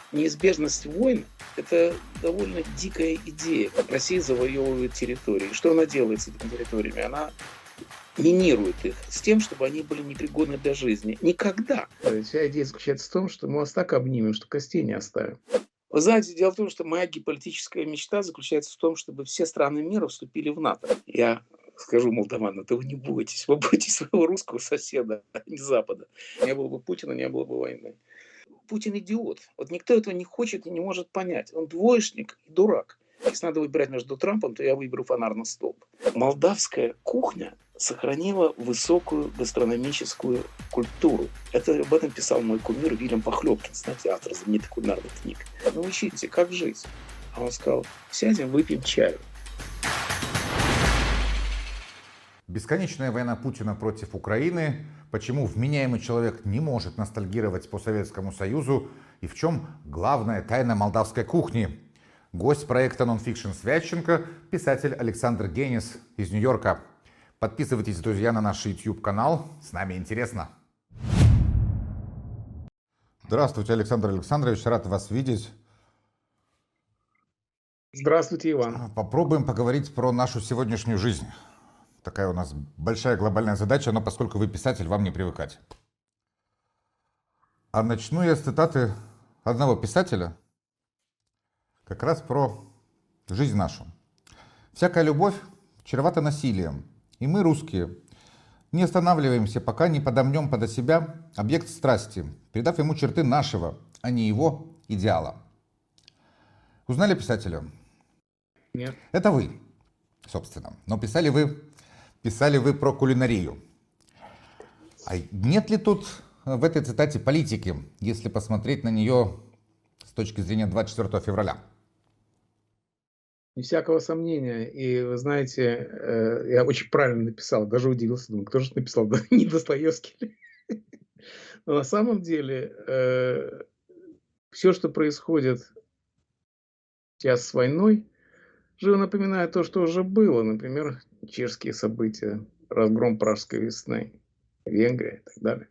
Неизбежность войн – это довольно дикая идея. Россия завоевывает территории. Что она делает с этими территориями? Она минирует их с тем, чтобы они были непригодны для жизни. Никогда. Вся идея заключается в том, что мы вас так обнимем, что костей не оставим. Вы знаете, дело в том, что моя геополитическая мечта заключается в том, чтобы все страны мира вступили в НАТО. Я скажу молдаванам: да вы не бойтесь, вы бойтесь своего русского соседа, а не Запада. Не было бы Путина, не было бы войны. Путин идиот. Вот никто этого не хочет и не может понять. Он двоечник и дурак. Если надо выбирать между Трампом, то я выберу фонарный столб. Молдавская кухня сохранила высокую гастрономическую культуру. Об этом писал мой кумир Вильям Похлебкин, знаете, автор знаменитых кулинарных книг. Научите, как жить. А он сказал: сядем, выпьем чаю. Бесконечная война Путина против Украины, почему вменяемый человек не может ностальгировать по Советскому Союзу и в чем главная тайна молдавской кухни. Гость проекта Nonfiction Святченко, писатель Александр Генис из Нью-Йорка. Подписывайтесь, друзья, на наш YouTube-канал, с нами интересно. Здравствуйте, Александр Александрович, рад вас видеть. Здравствуйте, Иван. Попробуем поговорить про нашу сегодняшнюю жизнь. Такая у нас большая глобальная задача, но поскольку вы писатель, вам не привыкать. А начну я с цитаты одного писателя, как раз про жизнь нашу. «Всякая любовь чревата насилием, и мы, русские, не останавливаемся, пока не подомнем подо себя объект страсти, передав ему черты нашего, а не его идеала». Узнали писателя? Нет. Это вы, собственно. Но писали вы про кулинарию. А нет ли тут в этой цитате политики, если посмотреть на нее с точки зрения 24 февраля? Без всякого сомнения. И вы знаете, я очень правильно написал, даже удивился, думаю, кто же это написал, да не Достоевский ли? Но на самом деле все, что происходит сейчас с войной, живо напоминает то, что уже было. Например, чешские события, разгром Пражской весны, Венгрия и так далее.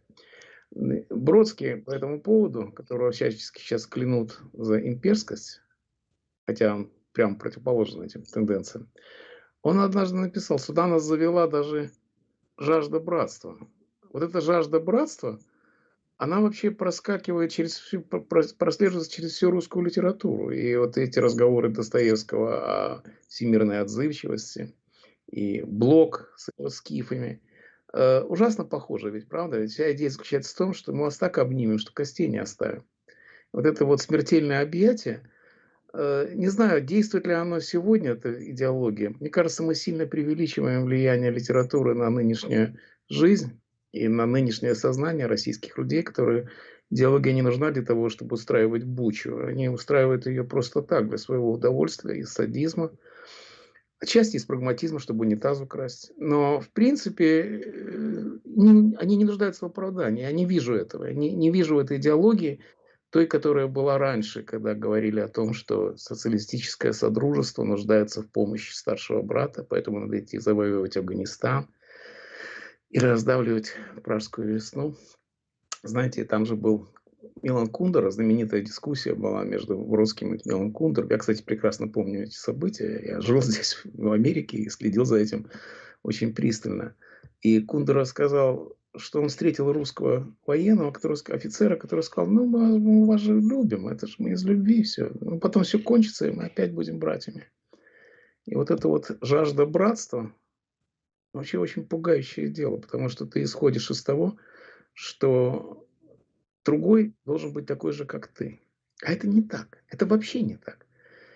Бродский по этому поводу, которого всячески сейчас клянут за имперскость, хотя он прям противоположен этим тенденциям, он однажды написал: «Сюда нас завела даже жажда братства». Вот эта жажда братства, она вообще проскакивает прослеживается через всю русскую литературу. И вот эти разговоры Достоевского о всемирной отзывчивости и Блок с его скифами ужасно похожи, ведь правда? Ведь вся идея заключается в том, что мы вас так обнимем, что костей не оставим. Вот это вот смертельное объятие, не знаю, действует ли оно сегодня, эта идеология. Мне кажется, мы сильно преувеличиваем влияние литературы на нынешнюю жизнь и на нынешнее сознание российских людей, которые идеология не нужна для того, чтобы устраивать бучу. Они устраивают ее просто так, для своего удовольствия и садизма. Отчасти из прагматизма, чтобы унитаз украсть. Но, в принципе, они не нуждаются в оправдании. Я не вижу этого. Я не вижу этой идеологии, той, которая была раньше, когда говорили о том, что социалистическое содружество нуждается в помощи старшего брата, поэтому надо идти завоевывать Афганистан и раздавливать Пражскую весну. Знаете, там же был Милан Кундера, знаменитая дискуссия была между Бродским и Милан Кундером. Я, кстати, прекрасно помню эти события. Я жил здесь, в Америке, и следил за этим очень пристально. И Кундера сказал, что он встретил русского военного, офицера, который сказал: ну, мы вас же любим, это же мы из любви все. Ну, потом все кончится, и мы опять будем братьями. И вот эта вот жажда братства вообще очень пугающее дело, потому что ты исходишь из того, что другой должен быть такой же, как ты. А это не так. Это вообще не так.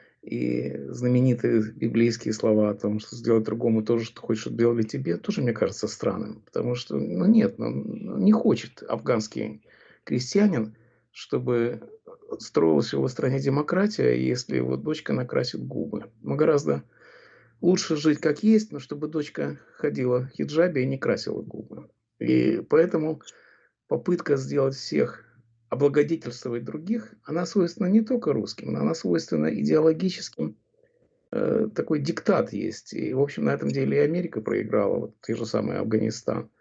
И знаменитые библейские слова о том, что сделать другому то же, что хочешь, чтобы делали тебе, тоже мне кажется странным. Потому что, нет, не хочет афганский крестьянин, чтобы строилась в его стране демократия, если его дочка накрасит губы. Мы гораздо лучше жить как есть, но чтобы дочка ходила в хиджабе и не красила губы. И поэтому попытка сделать всех, облагодетельствовать других, она свойственна не только русским, но она свойственна идеологическим. Такой диктат есть. И, в общем, на этом деле и Америка проиграла, вот те же самые Афганистан.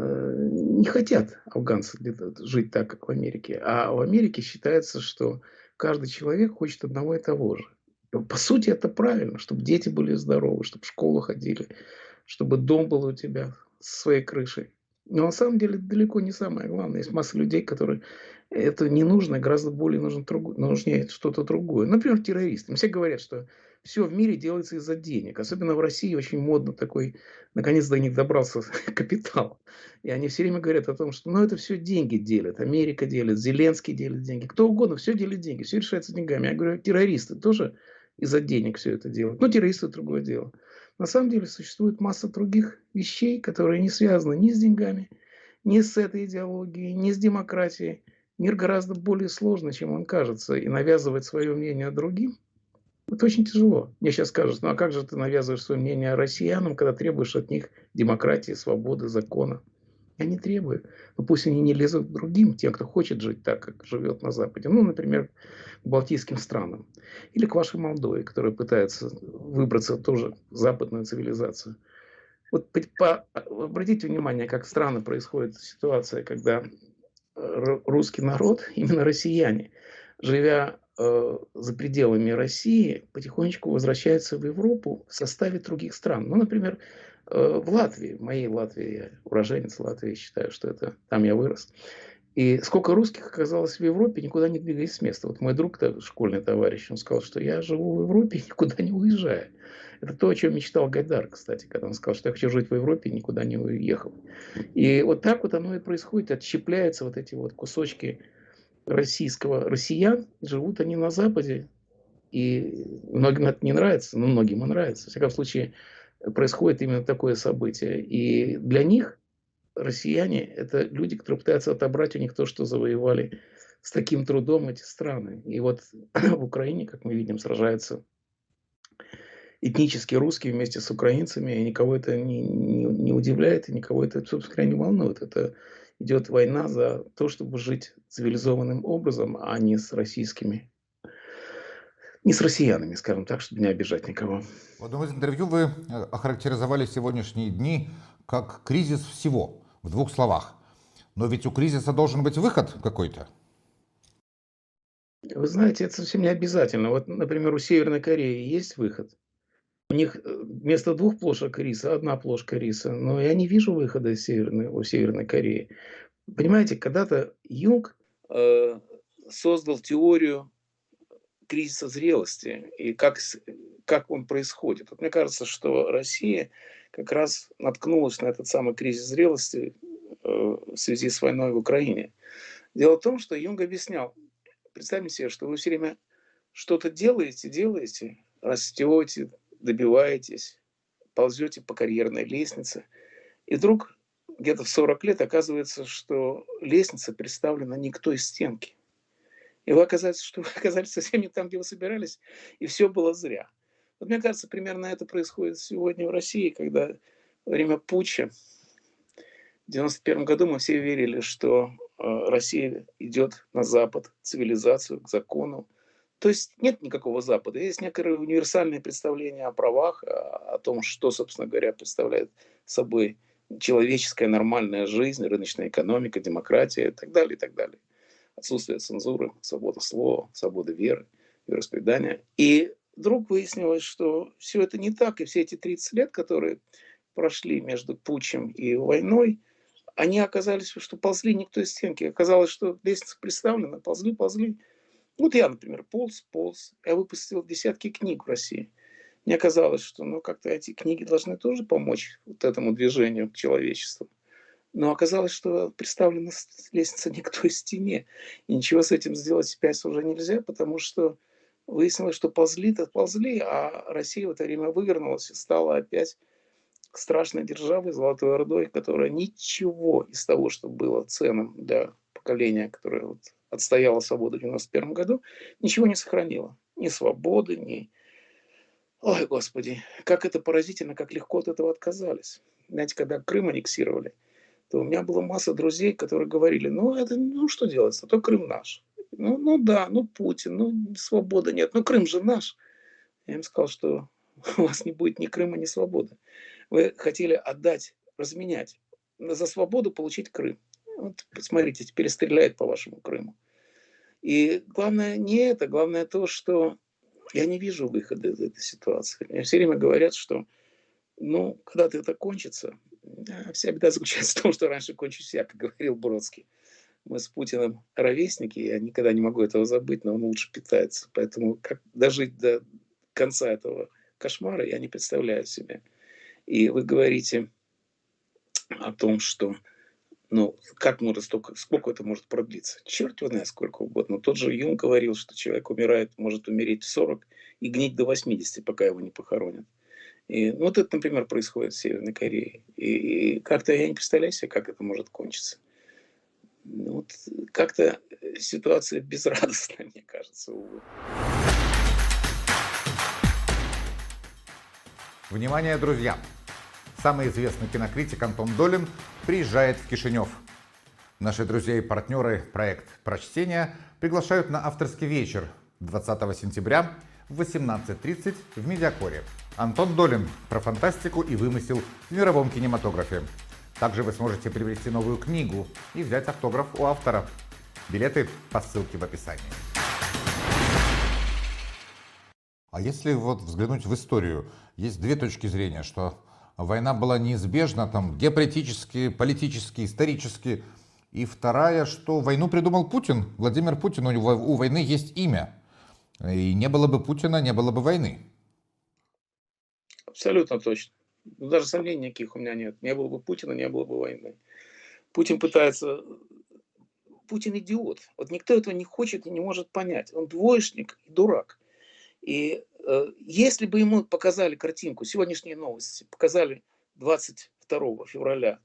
Не хотят афганцы жить так, как в Америке. А в Америке считается, что каждый человек хочет одного и того же. По сути, это правильно, чтобы дети были здоровы, чтобы в школу ходили, чтобы дом был у тебя со своей крышей. Но на самом деле это далеко не самое главное. Есть масса людей, которые это не нужно, гораздо более нужнее что-то другое. Например, террористы. Все говорят, что все в мире делается из-за денег. Особенно в России очень модно такой, наконец до них добрался капитал. И они все время говорят о том, что ну, это все деньги делят. Америка делит, Зеленский делит деньги. Кто угодно, все делит деньги, все решается деньгами. Я говорю, террористы тоже из-за денег все это делают. Ну, террористы – другое дело. На самом деле существует масса других вещей, которые не связаны ни с деньгами, ни с этой идеологией, ни с демократией. Мир гораздо более сложный, чем он кажется, и навязывать свое мнение другим – это очень тяжело. Мне сейчас скажут, ну а как же ты навязываешь свое мнение россиянам, когда требуешь от них демократии, свободы, закона? Я не требую. Но пусть они не лезут к другим, тем, кто хочет жить так, как живет на Западе. Ну, например, к балтийским странам. Или к вашей Молдове, которая пытается выбраться тоже в западную цивилизацию. Вот обратите внимание, как странно происходит ситуация, когда русский народ, именно россияне, живя за пределами России, потихонечку возвращаются в Европу в составе других стран. Ну, например, в Латвии, в моей Латвии, я уроженец Латвии, считаю, что это там я вырос. И сколько русских оказалось в Европе, никуда не двигаясь с места. Вот мой друг, школьный товарищ, он сказал, что я живу в Европе и никуда не уезжаю. Это то, о чем мечтал Гайдар, кстати, когда он сказал, что я хочу жить в Европе и никуда не уехал. И вот так вот оно и происходит, отщепляются вот эти вот кусочки россиян, живут они на Западе, и многим это не нравится, но многим и нравится. В всяком случае, происходит именно такое событие. И для них россияне – это люди, которые пытаются отобрать у них то, что завоевали с таким трудом эти страны. И вот в Украине, как мы видим, сражаются этнически русские вместе с украинцами, и никого это не удивляет, и никого это, собственно говоря, не волнует. Это идет война за то, чтобы жить цивилизованным образом, а не с россиянами, скажем так, чтобы не обижать никого. В одном из интервью вы охарактеризовали сегодняшние дни как кризис всего, в двух словах. Но ведь у кризиса должен быть выход какой-то. Вы знаете, это совсем не обязательно. Вот, например, у Северной Кореи есть выход. У них вместо двух плошек риса одна плошка риса. Но я не вижу выхода у Северной Кореи. Понимаете, когда-то Юнг создал теорию кризиса зрелости и как он происходит. Вот мне кажется, что Россия как раз наткнулась на этот самый кризис зрелости в связи с войной в Украине. Дело в том, что Юнг объяснял, представьте себе, что вы все время что-то делаете, растете, добиваетесь, ползете по карьерной лестнице, и вдруг где-то в 40 лет оказывается, что лестница представлена не к той стенке. И вы оказались, что вы оказались совсем не там, где вы собирались, и все было зря. Вот мне кажется, примерно это происходит сегодня в России, когда во время путча в 91 году мы все верили, что Россия идет на Запад, цивилизацию, к закону. То есть нет никакого Запада, есть некое универсальное представление о правах, о том, что, собственно говоря, представляет собой человеческая нормальная жизнь, рыночная экономика, демократия и так далее, и так далее. Отсутствие цензуры, свобода слова, свобода веры, вероисповедания. И вдруг выяснилось, что все это не так, и все эти 30 лет, которые прошли между путчем и войной, они оказались, что ползли не к той стенке. Оказалось, что лестница представлена, ползли. Вот я, например, полз. Я выпустил десятки книг в России. Мне казалось, что ну, как-то эти книги должны тоже помочь вот этому движению к человечеству. Но оказалось, что представлена лестница не к той стене. И ничего с этим сделать сейчас уже нельзя, потому что выяснилось, что ползли-то ползли, а Россия в это время вывернулась и стала опять страшной державой, Золотой Ордой, которая ничего из того, что было ценным для поколения, которое вот отстояло свободу в 91 году, ничего не сохранило. Ни свободы, ни... Ой, Господи, как это поразительно, как легко от этого отказались. Знаете, когда Крым аннексировали, то у меня была масса друзей, которые говорили, ну что делать, зато Крым наш. Ну да, ну Путин, ну свободы нет, но Крым же наш. Я им сказал, что у вас не будет ни Крыма, ни свободы. Вы хотели отдать, разменять, за свободу получить Крым. Вот посмотрите, теперь стреляют по вашему Крыму. И главное не это, главное то, что я не вижу выхода из этой ситуации. Мне все время говорят, что, ну, когда-то это кончится. А вся беда заключается в том, что раньше кончусь я, как говорил Бродский. Мы с Путиным ровесники, я никогда не могу этого забыть, но он лучше питается. Поэтому как дожить до конца этого кошмара я не представляю себе. И вы говорите о том, что, ну, как может столько, сколько это может продлиться? Черт его знает, сколько угодно. Тот же Юнг говорил, что человек умирает, может умереть в 40 и гнить до 80, пока его не похоронят. И, ну, вот это, например, происходит в Северной Корее. И как-то я не представляю себе, как это может кончиться. Ну, вот как-то ситуация безрадостная, мне кажется, увы. Внимание, друзья! Самый известный кинокритик Антон Долин приезжает в Кишинев. Наши друзья и партнеры проект «Прочтение» приглашают на авторский вечер 20 сентября в 18:30 в Медиакоре. Антон Долин про фантастику и вымысел в мировом кинематографе. Также вы сможете приобрести новую книгу и взять автограф у автора. Билеты по ссылке в описании. А если вот взглянуть в историю, есть две точки зрения, что война была неизбежна, там, геополитически, политически, исторически. И вторая, что войну придумал Путин, Владимир Путин, у войны есть имя. И не было бы Путина, не было бы войны. Абсолютно точно. Ну, даже сомнений никаких у меня нет. Не было бы Путина, не было бы войны. Путин пытается... Путин идиот. Вот никто этого не хочет и не может понять. Он двоечник и дурак. И если бы ему показали картинку, сегодняшние новости, показали 22 февраля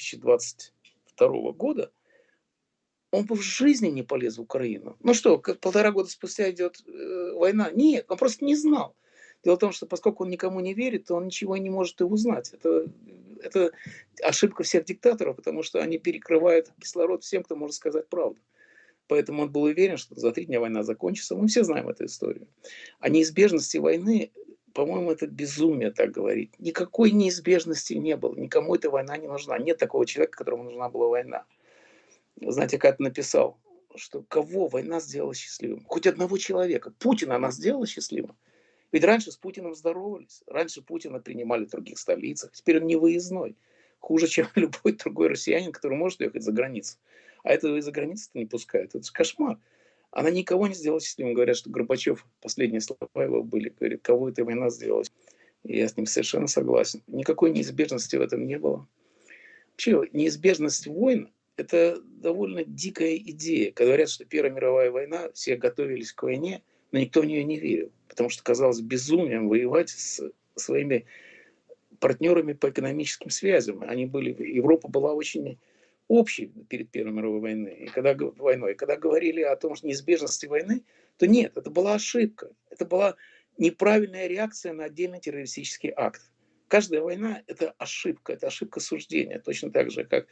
2022 года, он бы в жизни не полез в Украину. Ну что, как 1,5 года спустя идет война? Нет, он просто не знал. Дело в том, что поскольку он никому не верит, то он ничего не может и узнать. Это ошибка всех диктаторов, потому что они перекрывают кислород всем, кто может сказать правду. Поэтому он был уверен, что за 3 дня война закончится. Мы все знаем эту историю. О неизбежности войны, по-моему, это безумие так говорить. Никакой неизбежности не было. Никому эта война не нужна. Нет такого человека, которому нужна была война. Знаете, как написал, что кого война сделала счастливым? Хоть одного человека. Путина она сделала счастливым. Ведь раньше с Путиным здоровались. Раньше Путина принимали в других столицах. Теперь он не выездной. Хуже, чем любой другой россиянин, который может ехать за границу. А этого из-за границы-то не пускают. Это же кошмар. Она никого не сделала счастливым. Говорят, что Горбачев, последние слова его были, говорит, кого эта война сделала. И я с ним совершенно согласен. Никакой неизбежности в этом не было. Вообще, неизбежность войн – это довольно дикая идея. Когда говорят, что Первая мировая война, все готовились к войне, но никто в нее не верил. Потому что казалось безумием воевать с своими партнерами по экономическим связям. Европа была очень общей перед Первой мировой войной. И когда говорили о том, что неизбежности войны, то нет, это была ошибка. Это была неправильная реакция на отдельный террористический акт. Каждая война – это ошибка суждения. Точно так же, как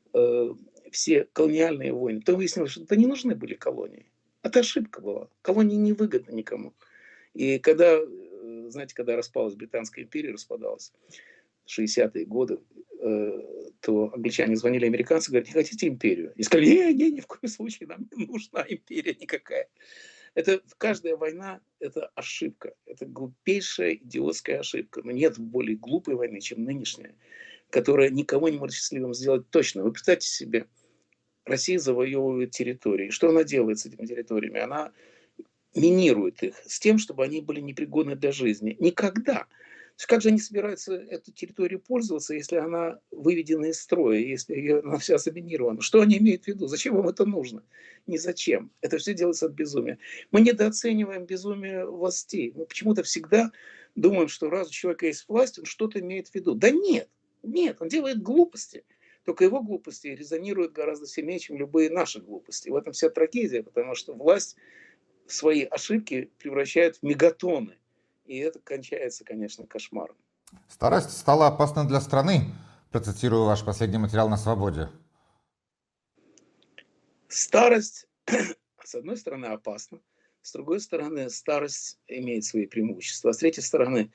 все колониальные войны. Потом выяснилось, что это не нужны были колонии. Это ошибка была. Колонии не выгодны никому. И когда, знаете, когда распалась Британская империя, распадалась в 60-е годы, то англичане звонили американцам, говорят, не хотите империю? И сказали, ни в коем случае нам не нужна империя никакая. Это каждая война – это ошибка. Это глупейшая идиотская ошибка. Но нет более глупой войны, чем нынешняя, которая никого не может счастливым сделать точно. Вы представьте себе, Россия завоевывает территории. Что она делает с этими территориями? Она минирует их с тем, чтобы они были непригодны для жизни. Никогда. То есть как же они собираются эту территорию пользоваться, если она выведена из строя, если она вся заминирована? Что они имеют в виду? Зачем им это нужно? Ни зачем. Это все делается от безумия. Мы недооцениваем безумие властей. Мы почему-то всегда думаем, что раз у человека есть власть, он что-то имеет в виду. Да нет. Нет, он делает глупости. Только его глупости резонируют гораздо сильнее, чем любые наши глупости. В этом вся трагедия, потому что власть свои ошибки превращают в мегатоны. И это кончается, конечно, кошмаром. Старость стала опасной для страны, процитирую ваш последний материал на «Свободе». Старость, с одной стороны, опасна, с другой стороны, старость имеет свои преимущества. А с третьей стороны,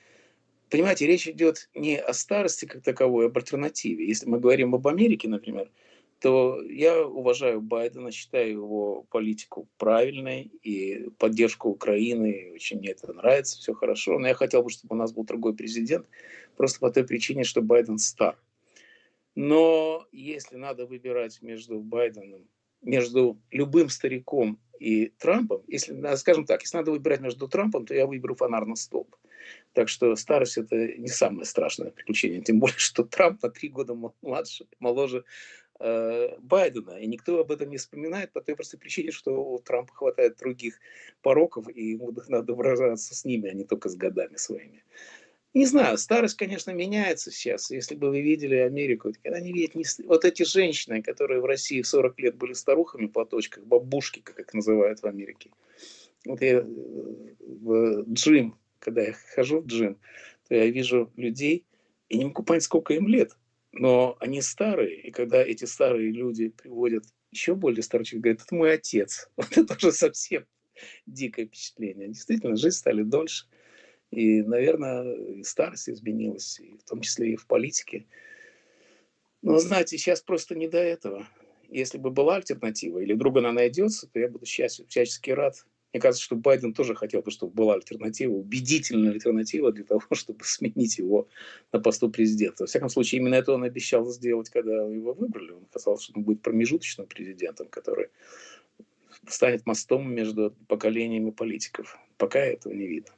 понимаете, речь идет не о старости как таковой, а об альтернативе. Если мы говорим об Америке, например, то я уважаю Байдена, считаю его политику правильной и поддержку Украины. Очень мне это нравится, все хорошо. Но я хотел бы, чтобы у нас был другой президент, просто по той причине, что Байден стар. Но если надо выбирать между Байденом, между любым стариком и Трампом, если, скажем так, если надо выбирать между Трампом, то я выберу фонарный столб. Так что старость – это не самое страшное приключение. Тем более, что Трамп на 3 года младше, моложе Байдена. И никто об этом не вспоминает по той простой причине, что у Трампа хватает других пороков, и ему надо выражаться с ними, а не только с годами своими. Не знаю, старость, конечно, меняется сейчас. Если бы вы видели Америку, когда они видят вот эти женщины, которые в России в 40 лет были старухами в платочках, бабушки, как их называют в Америке. Вот я в джим, когда я хожу в джим, то я вижу людей и не могу понять, сколько им лет. Но они старые, и когда эти старые люди приводят еще более старых человек, говорят, это мой отец. Вот это уже совсем дикое впечатление. Действительно, жизнь стали дольше. И, наверное, и старость изменилась, и в том числе и в политике. Но, знаете, сейчас просто не до этого. Если бы была альтернатива, или вдруг она найдется, то я буду всячески рад. Мне кажется, что Байден тоже хотел бы, чтобы была альтернатива, убедительная альтернатива для того, чтобы сменить его на посту президента. Во всяком случае, именно это он обещал сделать, когда его выбрали. Он сказал, что он будет промежуточным президентом, который станет мостом между поколениями политиков. Пока этого не видно.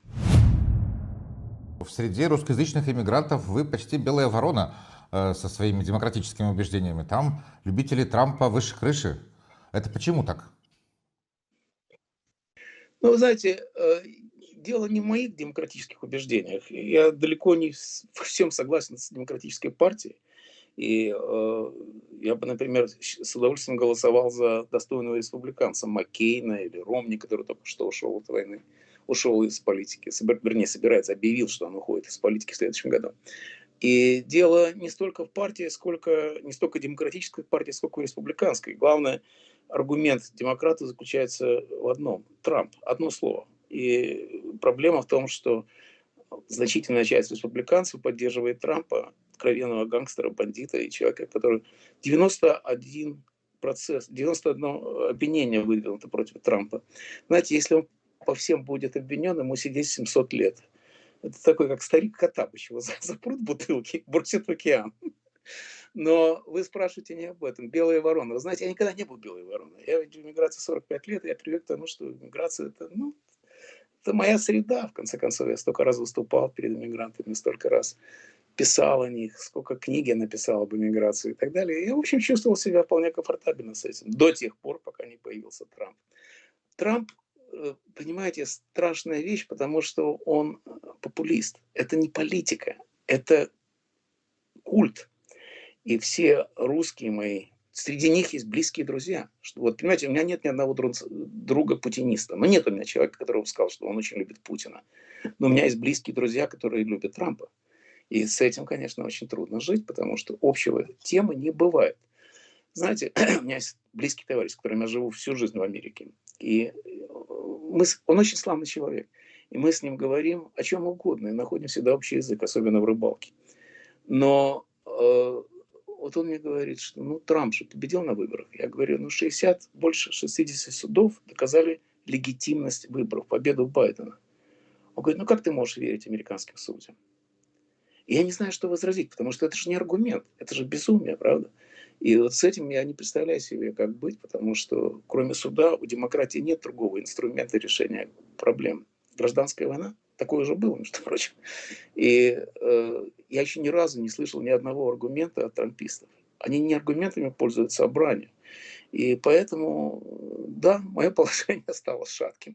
В среде русскоязычных иммигрантов вы почти белая ворона со своими демократическими убеждениями. Там любители Трампа выше крыши. Это почему так? Ну, вы знаете, дело не в моих демократических убеждениях. Я далеко не во всем согласен с демократической партией. И я бы, например, с удовольствием голосовал за достойного республиканца Маккейна или Ромни, который только что ушел от войны, ушел из политики, вернее, собирается, объявил, что он уходит из политики в следующем году. И дело не столько в партии, не столько демократической партии, сколько республиканской. Главный аргумент демократов заключается в одном. Трамп. Одно слово. И проблема в том, что значительная часть республиканцев поддерживает Трампа, откровенного гангстера, бандита и человека, который 91 обвинение выдвинуто против Трампа. Знаете, если он по всем будет обвинен, ему сидеть 700 лет. Это такой, как старик Катапыч. Его запрут в бутылки, бросят в океан. Но вы спрашиваете не об этом. Белая ворона. Вы знаете, я никогда не был белой вороной. Я ведь в эмиграции 45 лет, и я привык к тому, что эмиграция это моя среда, в конце концов. Я столько раз выступал перед эмигрантами, столько раз писал о них, сколько книг я написал об эмиграции и так далее. Я, в общем, чувствовал себя вполне комфортабельно с этим. До тех пор, пока не появился Трамп. Трамп, понимаете, страшная вещь, потому что он популист. Это не политика, это культ. И все русские мои, среди них есть близкие друзья. Вот, понимаете, у меня нет ни одного друга-путиниста. Но нет у меня человека, который сказал, что он очень любит Путина. Но у меня есть близкие друзья, которые любят Трампа. И с этим, конечно, очень трудно жить, потому что общего темы не бывает. Знаете, у меня есть близкий товарищ, с которым я живу всю жизнь в Америке. И он очень славный человек. И мы с ним говорим о чем угодно и находим всегда общий язык, особенно в рыбалке. Но вот он мне говорит, что Трамп же победил на выборах. Я говорю, больше 60 судов доказали легитимность выборов, победу Байдена. Он говорит, как ты можешь верить американским судьям? И я не знаю, что возразить, потому что это же не аргумент, это же безумие, правда? И вот с этим я не представляю себе, как быть, потому что кроме суда у демократии нет другого инструмента решения проблем. Гражданская война, такое уже было, между прочим. И я еще ни разу не слышал ни одного аргумента от трампистов. Они не аргументами пользуются, а бранью. И поэтому, да, мое положение стало шатким.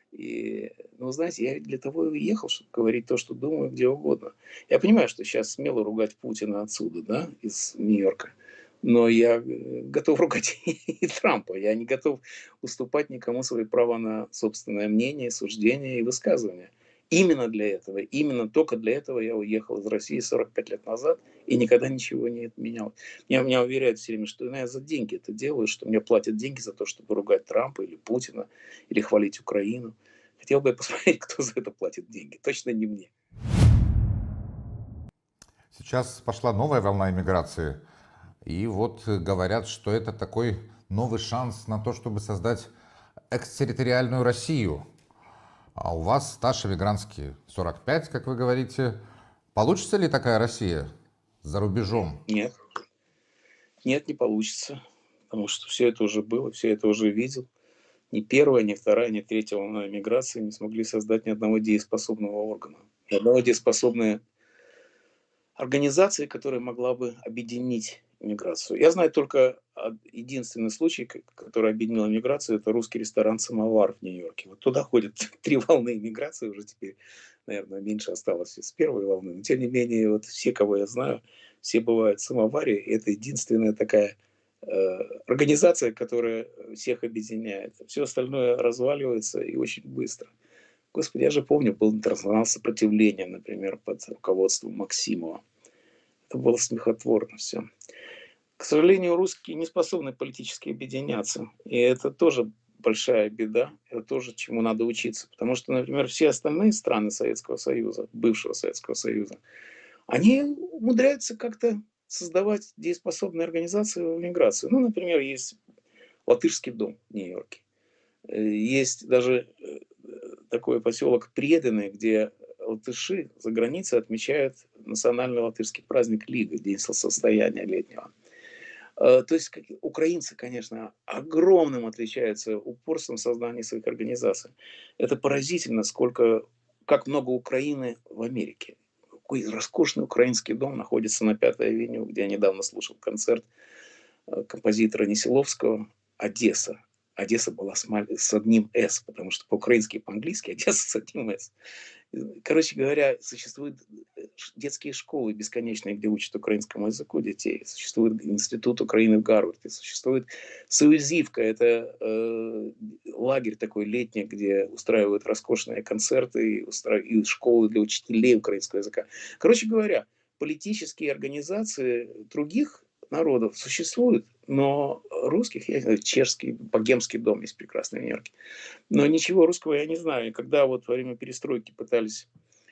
И, знаете, я для того и уехал, чтобы говорить то, что думаю, где угодно. Я понимаю, что сейчас смело ругать Путина отсюда, да, из Нью-Йорка. Но я готов ругать и Трампа. Я не готов уступать никому свои права на собственное мнение, суждение и высказывание. Именно для этого, именно только для этого я уехал из России 45 лет назад и никогда ничего не отменял. Меня уверяют все время, что я за деньги это делаю, что мне платят деньги за то, чтобы ругать Трампа или Путина, или хвалить Украину. Хотел бы я посмотреть, кто за это платит деньги. Точно не мне. Сейчас пошла новая волна иммиграции. И вот говорят, что это такой новый шанс на то, чтобы создать экстерриториальную Россию. А у вас стаж эмигрантский 45, как вы говорите. Получится ли такая Россия за рубежом? Нет, нет, не получится, потому что все это уже было, все это уже видел. Ни первая, ни вторая, ни третья волна миграции не смогли создать ни одного дееспособного органа, ни одного дееспособной организации, которая могла бы объединить миграцию. Я знаю только единственный случай, который объединил миграцию, это русский ресторан «Самовар» в Нью-Йорке. Вот туда ходят три волны миграции, уже теперь, наверное, меньше осталось с первой волны. Но, тем не менее, вот все, кого я знаю, все бывают в «Самоваре». И это единственная такая организация, которая всех объединяет. Все остальное разваливается и очень быстро. Господи, я же помню, был интернационал сопротивления, например, под руководством Максимова. Это было смехотворно все. К сожалению, русские не способны политически объединяться. И это тоже большая беда, это тоже чему надо учиться. Потому что, например, все остальные страны Советского Союза, бывшего Советского Союза, они умудряются как-то создавать дееспособные организации в миграцию. Ну, например, есть Латышский дом в Нью-Йорке. Есть даже такой поселок Преданный, где латыши за границей отмечают национальный латышский праздник Лига, день состояния летнего. То есть украинцы, конечно, огромным отличаются упорством в создании своих организаций. Это поразительно, как много Украины в Америке. Какой роскошный украинский дом находится на Пятой авеню, где я недавно слушал концерт композитора Несиловского «Одесса». Одесса была с одним «с», потому что по-украински и по-английски Одесса с одним «с». Короче говоря, существуют детские школы бесконечные, где учат украинскому языку детей. Существует институт Украины в Гарварде. Существует Союзивка. Это лагерь такой летний, где устраивают роскошные концерты и школы для учителей украинского языка. Короче говоря, политические организации других народов существуют, но русских, я знаю, чешский, богемский дом есть прекрасный в Нью-Йорке. Но ничего русского я не знаю. И когда вот во время перестройки пытались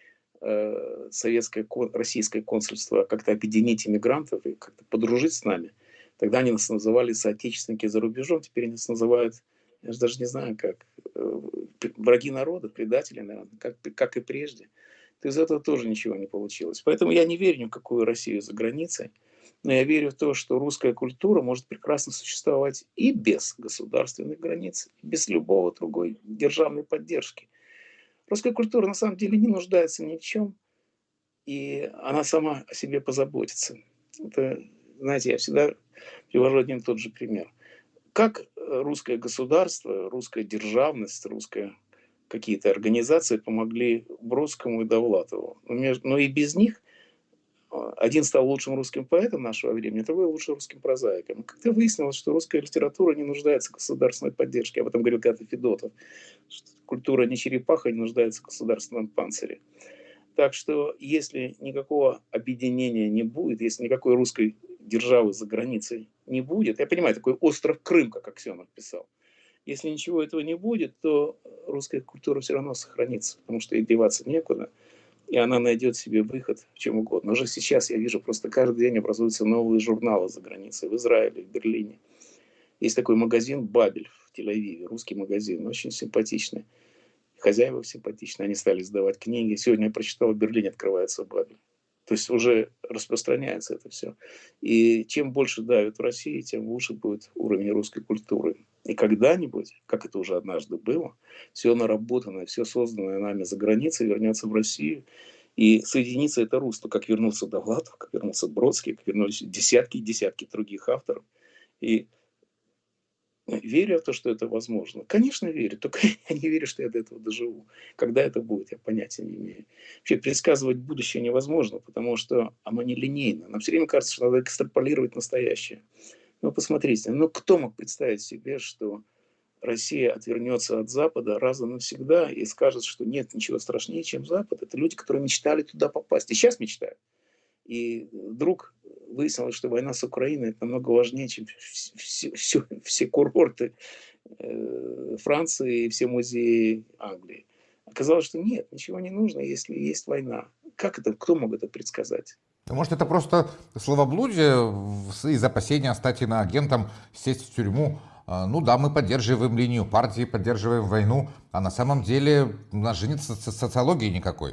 российское консульство как-то объединить иммигрантов и как-то подружить с нами, тогда они нас называли соотечественники за рубежом, теперь они нас называют, я же даже не знаю как, враги народа, предатели, наверное, как и прежде. То из этого тоже ничего не получилось. Поэтому я не верю ни в какую Россию за границей, но я верю в то, что русская культура может прекрасно существовать и без государственных границ, и без любого другой державной поддержки. Русская культура на самом деле не нуждается ни в чем, и она сама о себе позаботится. Это, знаете, я всегда привожу один и тот же пример. Как русское государство, русская державность, русская какие-то организации помогли Бродскому и Довлатову. Но и без них один стал лучшим русским поэтом нашего времени, другой лучшим русским прозаиком. Как-то выяснилось, что русская литература не нуждается в государственной поддержке. Об этом говорил когда-то Федотов. Что культура не черепаха, не нуждается в государственном панцире. Так что если никакого объединения не будет, если никакой русской державы за границей не будет, я понимаю, такой остров Крым, как Аксенов писал, если ничего этого не будет, то русская культура все равно сохранится, потому что ей деваться некуда, и она найдет себе выход в чем угодно. Уже сейчас я вижу, просто каждый день образуются новые журналы за границей, в Израиле, в Берлине. Есть такой магазин «Бабель» в Тель-Авиве, русский магазин, очень симпатичный. Хозяева симпатичные, они стали сдавать книги. Сегодня я прочитал, в Берлине открывается «Бабель». То есть уже распространяется это все. И чем больше давят в России, тем лучше будет уровень русской культуры. И когда-нибудь, как это уже однажды было, все наработанное, все созданное нами за границей вернется в Россию. И соединится это русло, как вернулся Довлатов, как вернулся Бродский, как вернулись десятки и десятки других авторов. И верю в то, что это возможно. Конечно, верю, только я не верю, что я до этого доживу. Когда это будет, я понятия не имею. Вообще предсказывать будущее невозможно, потому что оно нелинейно. Нам все время кажется, что надо экстраполировать настоящее. Но посмотрите, кто мог представить себе, что Россия отвернется от Запада раз и навсегда и скажет, что нет ничего страшнее, чем Запад. Это люди, которые мечтали туда попасть. И сейчас мечтают. И вдруг выяснилось, что война с Украиной это намного важнее, чем все курорты Франции и все музеи Англии. Оказалось, что нет, ничего не нужно, если есть война. Как это, кто мог это предсказать? Может, это просто словоблудие из опасения стать иноагентом, сесть в тюрьму? Ну да, мы поддерживаем линию партии, поддерживаем войну, а на самом деле у нас же нет социологии никакой.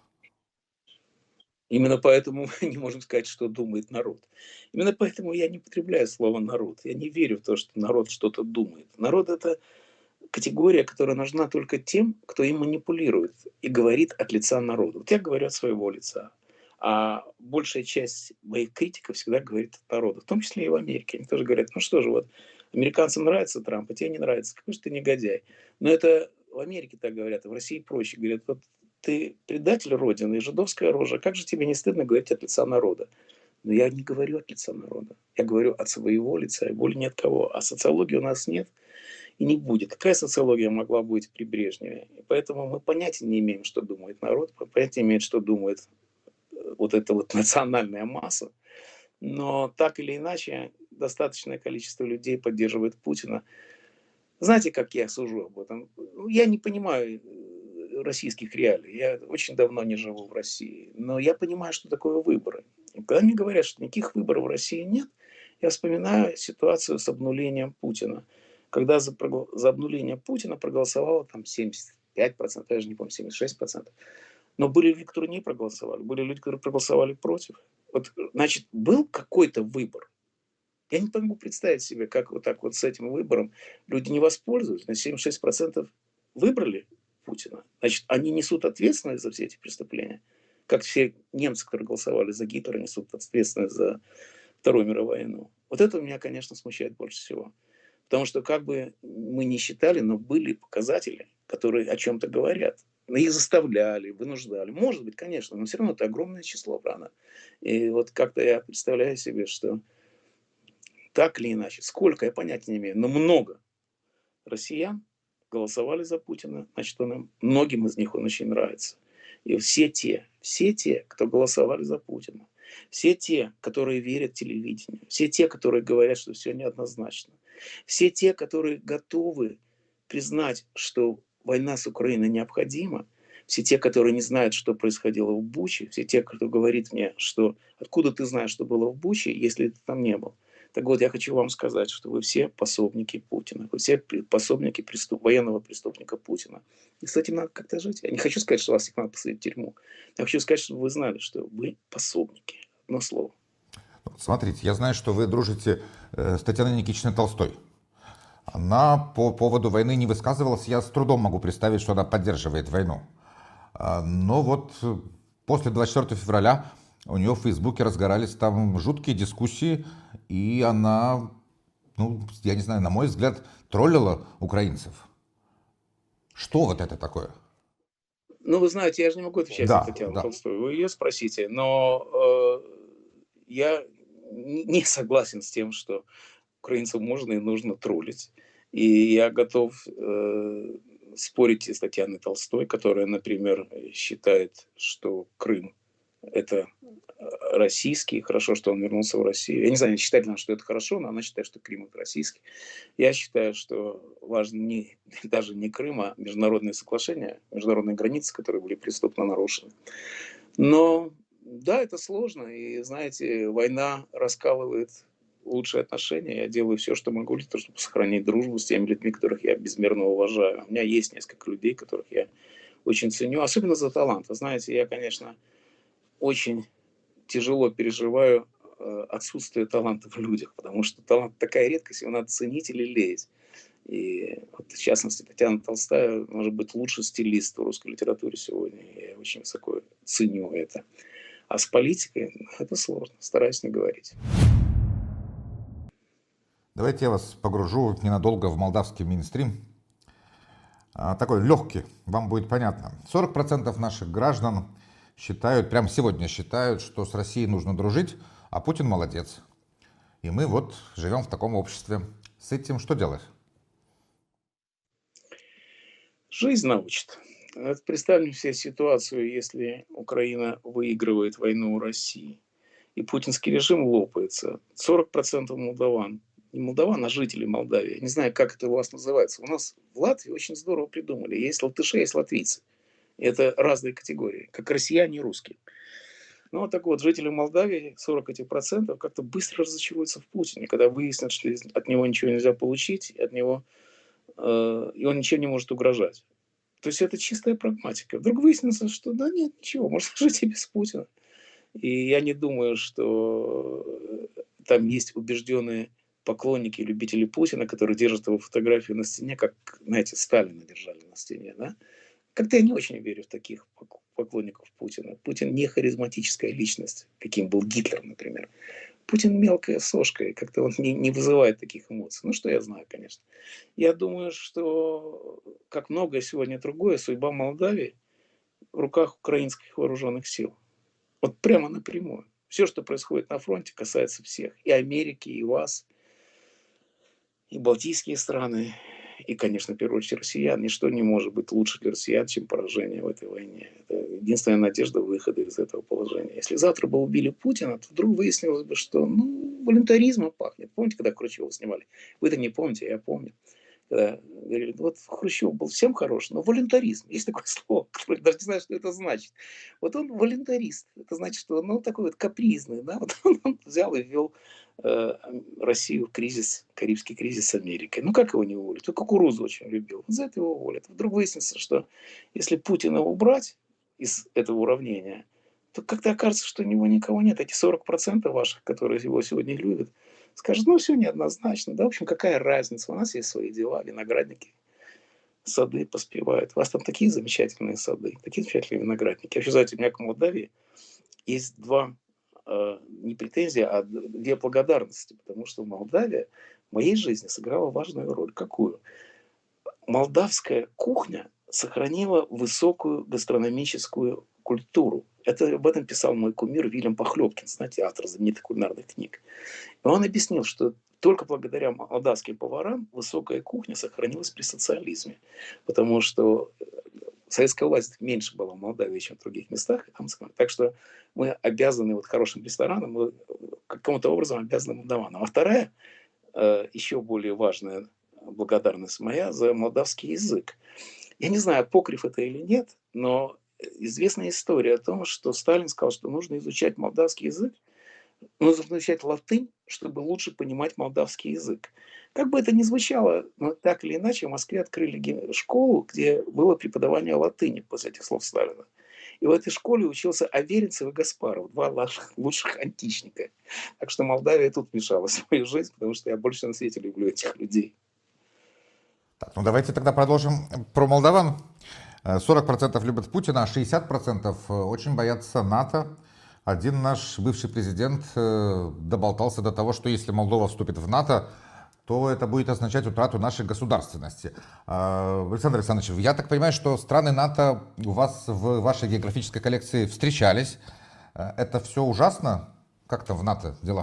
Именно поэтому мы не можем сказать, что думает народ. Именно поэтому я не употребляю слово народ. Я не верю в то, что народ что-то думает. Народ это категория, которая нужна только тем, кто им манипулирует и говорит от лица народа. Вот я говорю от своего лица, а большая часть моих критиков всегда говорит от народа, в том числе и в Америке. Они тоже говорят, ну что же, вот американцам нравится Трамп, а тебе не нравится, какой же ты негодяй. Но это в Америке так говорят, а в России проще. Говорят, вот ты предатель Родины и жидовская рожа, как же тебе не стыдно говорить от лица народа? Но я не говорю от лица народа, я говорю от своего лица, и более ни от кого. А социологии у нас нет и не будет. Какая социология могла быть при Брежневе? И поэтому мы понятия не имеем, что думает народ, понятия не имеем, что думает вот эта вот национальная масса. Но так или иначе, достаточное количество людей поддерживает Путина. Знаете, как я сужу об этом? Ну, я не понимаю российских реалий. Я очень давно не живу в России. Но я понимаю, что такое выборы. И когда мне говорят, что никаких выборов в России нет, я вспоминаю ситуацию с обнулением Путина. Когда за обнуление Путина проголосовало там 75%, я даже не помню, 76%. Но были люди, которые не проголосовали. Были люди, которые проголосовали против. Вот, значит, был какой-то выбор. Я не могу представить себе, как вот так вот с этим выбором люди не воспользовались. На 76% выбрали Путина. Значит, они несут ответственность за все эти преступления. Как все немцы, которые голосовали за Гитлера, несут ответственность за Вторую мировую войну. Вот это меня, конечно, смущает больше всего. Потому что как бы мы ни считали, но были показатели, которые о чем-то говорят. Но их заставляли, вынуждали. Может быть, конечно, но все равно это огромное число, правда? И вот как-то я представляю себе, что так или иначе, сколько, я понятия не имею, но много россиян голосовали за Путина, значит, многим из них он очень нравится. И все те, кто голосовали за Путина, все те, которые верят телевидению, все те, которые говорят, что все неоднозначно, все те, которые готовы признать, что война с Украиной необходима, все те, которые не знают, что происходило в Буче, все те, кто говорит мне, что откуда ты знаешь, что было в Буче, если ты там не был. Так вот, я хочу вам сказать, что вы все пособники Путина. Вы все пособники военного преступника Путина. И с этим надо как-то жить. Я не хочу сказать, что вас всех надо посадить в тюрьму. Я хочу сказать, чтобы вы знали, что вы пособники. Одно слово. Смотрите, я знаю, что вы дружите с Татьяной Никитичной Толстой. Она по поводу войны не высказывалась. Я с трудом могу представить, что она поддерживает войну. Но вот после 24 февраля у нее в Фейсбуке разгорались там жуткие дискуссии, и она, ну, я не знаю, на мой взгляд, троллила украинцев. Что вот это такое? Ну, вы знаете, я же не могу отвечать за Да, Татьяну да. Толстую. Вы ее спросите. Но я не согласен с тем, что украинцев можно и нужно троллить. И я готов спорить с Татьяной Толстой, которая, например, считает, что Крым это российский, хорошо, что он вернулся в Россию. Я не знаю, считает ли она, что это хорошо, но она считает, что Крым это российский. Я считаю, что важно даже не Крым, а международные соглашения, международные границы, которые были преступно нарушены. Но да, это сложно. И, знаете, война раскалывает лучшие отношения. Я делаю все, что могу для того, чтобы сохранить дружбу с теми людьми, которых я безмерно уважаю. У меня есть несколько людей, которых я очень ценю, особенно за талант. Вы знаете, я, конечно, очень тяжело переживаю отсутствие таланта в людях, потому что талант такая редкость, его надо ценить или лелеять. И вот, в частности, Татьяна Толстая может быть лучший стилист в русской литературе сегодня. Я очень высоко ценю это. А с политикой это сложно, стараюсь не говорить. Давайте я вас погружу ненадолго в молдавский мейнстрим. Такой легкий, вам будет понятно. 40% наших граждан считают, прямо сегодня считают, что с Россией нужно дружить, а Путин молодец. И мы вот живем в таком обществе. С этим что делать? Жизнь научит. Вот представим себе ситуацию, если Украина выигрывает войну у России, и путинский режим лопается. 40% молдаван, не молдаван, а жителей Молдавии. Я не знаю, как это у вас называется. У нас в Латвии очень здорово придумали. Есть латыши, есть латвийцы. Это разные категории, как россияне и русские. Ну, вот так вот, жители Молдавии, 40 этих процентов, как-то быстро разочаруются в Путине, когда выяснят, что от него ничего нельзя получить, от него, и он ничем не может угрожать. То есть это чистая прагматика. Вдруг выяснится, что да нет, ничего, можно жить и без Путина. И я не думаю, что там есть убежденные поклонники, любители Путина, которые держат его фотографию на стене, как, знаете, Сталина держали на стене, да? Как-то я не очень верю в таких поклонников Путина. Путин не харизматическая личность, каким был Гитлер, например. Путин мелкая сошка, и как-то он не вызывает таких эмоций. Ну, что я знаю, конечно. Я думаю, что, как многое сегодня другое, судьба Молдавии в руках украинских вооруженных сил. Вот прямо напрямую. Все, что происходит на фронте, касается всех. И Америки, и вас, и балтийские страны, и, конечно, в первую очередь россиян. Ничто не может быть лучше для россиян, чем поражение в этой войне. Это единственная надежда выхода из этого положения. Если завтра бы убили Путина, то вдруг выяснилось бы, что волюнтаризмом пахнет. Помните, когда Хрущева снимали? Вы-то не помните, я помню. Когда говорили, вот Хрущев был всем хорош, но волюнтаризм, есть такое слово, которое даже не знаю, что это значит. Вот он волюнтарист, это значит, что он такой вот капризный, да, вот он взял и ввел Россию в кризис, Карибский кризис с Америкой. Ну как его не уволить? Он кукурузу очень любил, за это его уволят. Вдруг выяснится, что если Путина убрать из этого уравнения, то как-то окажется, что у него никого нет. Эти 40% ваших, которые его сегодня любят, скажут, ну все неоднозначно, да, в общем, какая разница, у нас есть свои дела, виноградники, сады поспевают. У вас там такие замечательные сады, такие замечательные виноградники. Вообще, знаете, у меня к Молдавии есть не претензии, а две благодарности, потому что Молдавия в моей жизни сыграла важную роль. Какую? Молдавская кухня сохранила высокую гастрономическую культуру. Об этом писал мой кумир Вильям Похлебкин, знаете, автор знаменитых кулинарных книг. И он объяснил, что только благодаря молдавским поварам высокая кухня сохранилась при социализме. Потому что советская власть меньше была в Молдавии, чем в других местах. Так что мы обязаны вот хорошим ресторанам, мы каким-то образом обязаны молдаванам. А вторая, еще более важная благодарность моя за молдавский язык. Я не знаю, апокриф это или нет, но известная история о том, что Сталин сказал, что нужно изучать молдавский язык, нужно изучать латынь, чтобы лучше понимать молдавский язык. Как бы это ни звучало, но так или иначе в Москве открыли школу, где было преподавание латыни после этих слов Сталина. И в этой школе учился Аверинцев и Гаспаров, два лучших античника. Так что Молдавия тут вмешалась в мою жизнь, потому что я больше на свете люблю этих людей. Так, ну давайте тогда продолжим про молдаван. 40% любят Путина, а 60% очень боятся НАТО. Один наш бывший президент доболтался до того, что если Молдова вступит в НАТО, то это будет означать утрату нашей государственности. Александр Александрович, я так понимаю, что страны НАТО у вас в вашей географической коллекции встречались. Это все ужасно? Как там в НАТО дела?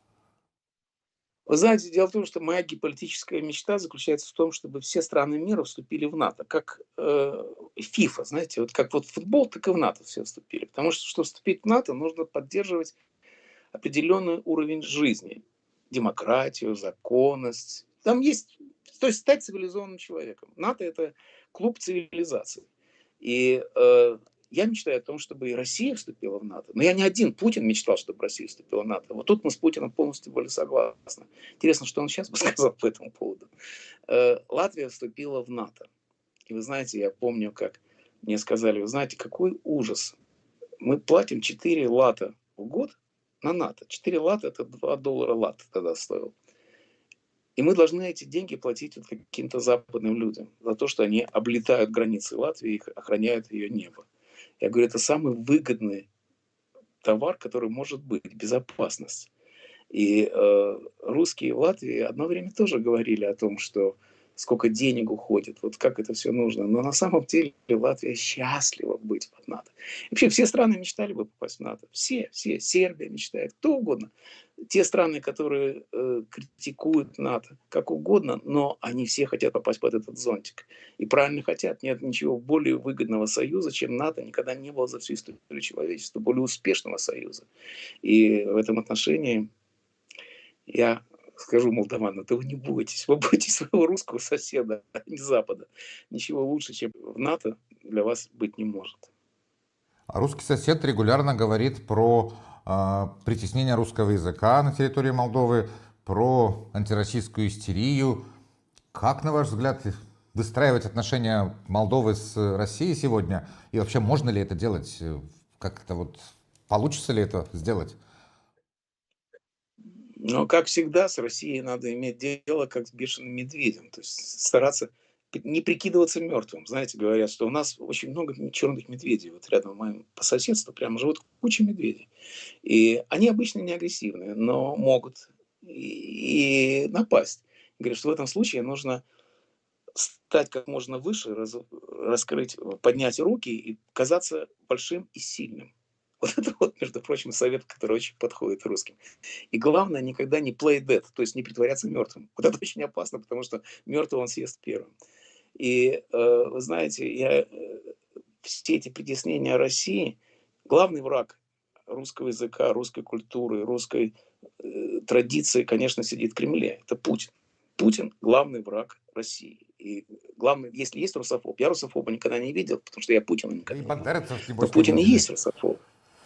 Вы знаете, дело в том, что моя геополитическая мечта заключается в том, чтобы все страны мира вступили в НАТО, как ФИФА, знаете, вот как вот в футбол, так и в НАТО все вступили. Потому что, чтобы вступить в НАТО, нужно поддерживать определенный уровень жизни, демократию, законность. Там есть, то есть стать цивилизованным человеком. НАТО – это клуб цивилизаций. И я мечтаю о том, чтобы и Россия вступила в НАТО. Но я не один. Путин мечтал, чтобы Россия вступила в НАТО. Вот тут мы с Путиным полностью были согласны. Интересно, что он сейчас бы сказал по этому поводу. Латвия вступила в НАТО. И вы знаете, я помню, как мне сказали, вы знаете, какой ужас. Мы платим 4 лата в год на НАТО. 4 лата – это $2 лат тогда стоил. И мы должны эти деньги платить вот каким-то западным людям за то, что они облетают границы Латвии и охраняют ее небо. Я говорю, это самый выгодный товар, который может быть, безопасность. И русские в Латвии одно время тоже говорили о том, что сколько денег уходит, вот как это все нужно. Но на самом деле Латвия счастлива быть под НАТО. И вообще все страны мечтали бы попасть в НАТО. Все. Сербия мечтает, кто угодно. Те страны, которые критикуют НАТО, как угодно, но они все хотят попасть под этот зонтик. И правильно хотят. Нет ничего более выгодного союза, чем НАТО. Никогда не было за всю историю человечества более успешного союза. И в этом отношении я скажу молдаванам, да вы не бойтесь, вы бойтесь своего русского соседа, а не Запада. Ничего лучше, чем в НАТО, для вас быть не может. А русский сосед регулярно говорит про притеснение русского языка на территории Молдовы, про антироссийскую истерию. Как, на ваш взгляд, выстраивать отношения Молдовы с Россией сегодня? И вообще, можно ли это делать? Как это вот, получится ли это сделать? Но, как всегда, с Россией надо иметь дело как с бешеным медведем. То есть стараться не прикидываться мертвым. Знаете, говорят, что у нас очень много черных медведей. Вот рядом моим по соседству прямо живут куча медведей. И они обычно не агрессивные, но могут и напасть. Говорят, что в этом случае нужно стать как можно выше, раскрыть, поднять руки и казаться большим и сильным. Вот это вот, между прочим, совет, который очень подходит русским. И главное, никогда не play dead, то есть не притворяться мертвым. Вот это очень опасно, потому что мертвого он съест первым. И вы знаете, все эти притеснения России, главный враг русского языка, русской культуры, русской традиции, конечно, сидит в Кремле. Это Путин. Путин – главный враг России. И главный, если есть русофоб, я русофоба никогда не видел, потому что я Путина И никогда не видел, бандеровцев, то небось, не Путин и видели. есть русофоб.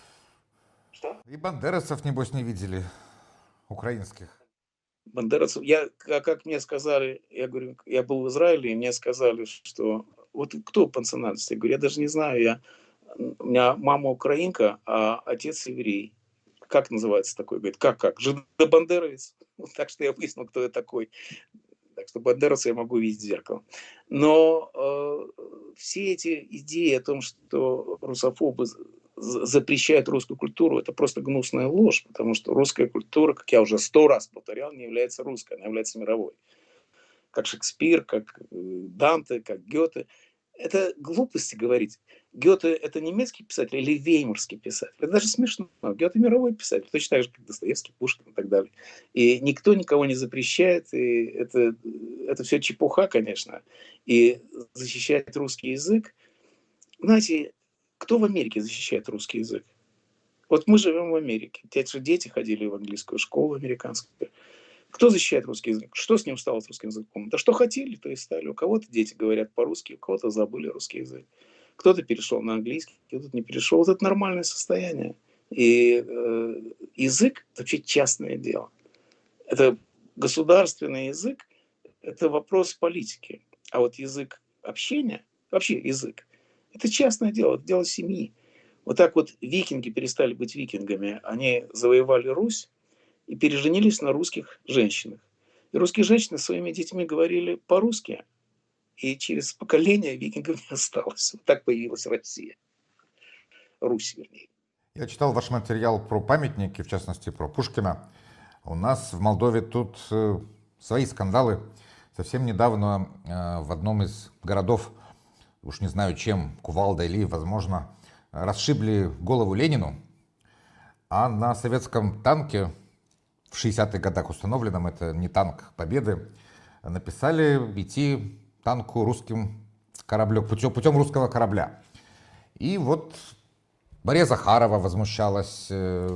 Что? И бандеровцев, небось, не видели. Украинских. Бандеровцев, как мне сказали, я говорю, я был в Израиле, и мне сказали, что вот кто по национальности? Я говорю, я даже не знаю, у меня мама украинка, а отец еврей. Как называется такой? Говорит, как? Жидобандеровец. Так что я выяснил, кто я такой. Так что бандеровца я могу видеть в зеркало. Но все эти идеи о том, что русофобы запрещают русскую культуру, это просто гнусная ложь, потому что русская культура, как я уже 100 раз повторял, не является русской, она является мировой. Как Шекспир, как Данте, как Гёте. Это глупости говорить. Гёте – это немецкий писатель или веймарский писатель? Это даже смешно. Гёте – мировой писатель, точно так же, как Достоевский, Пушкин и так далее. И никто никого не запрещает, и это все чепуха, конечно. И защищать русский язык… Знаете, кто в Америке защищает русский язык? Вот мы живем в Америке. Те же дети ходили в английскую школу американскую. Кто защищает русский язык? Что с ним стало, с русским языком? Да что хотели, то и стали. У кого-то дети говорят по-русски, у кого-то забыли русский язык. Кто-то перешел на английский, кто-то не перешел. Вот это нормальное состояние. И язык – это вообще частное дело. Это государственный язык, это вопрос политики. А вот язык общения, вообще язык, это частное дело, это дело семьи. Вот так вот викинги перестали быть викингами. Они завоевали Русь, и переженились на русских женщинах. И русские женщины с своими детьми говорили по-русски, и через поколение викингов не осталось. Вот так появилась Россия. Русь, вернее. Я читал ваш материал про памятники, в частности, про Пушкина. У нас в Молдове тут свои скандалы. Совсем недавно в одном из городов, уж не знаю чем, кувалдой или, возможно, расшибли голову Ленину, а на советском танке в 60-х годах установленном, это не танк Победы, написали идти танку русским кораблем, путем русского корабля. И вот Мария Захарова возмущалась,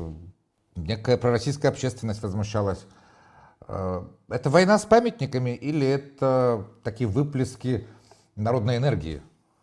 некая пророссийская общественность возмущалась. Это война с памятниками или это такие выплески народной энергии?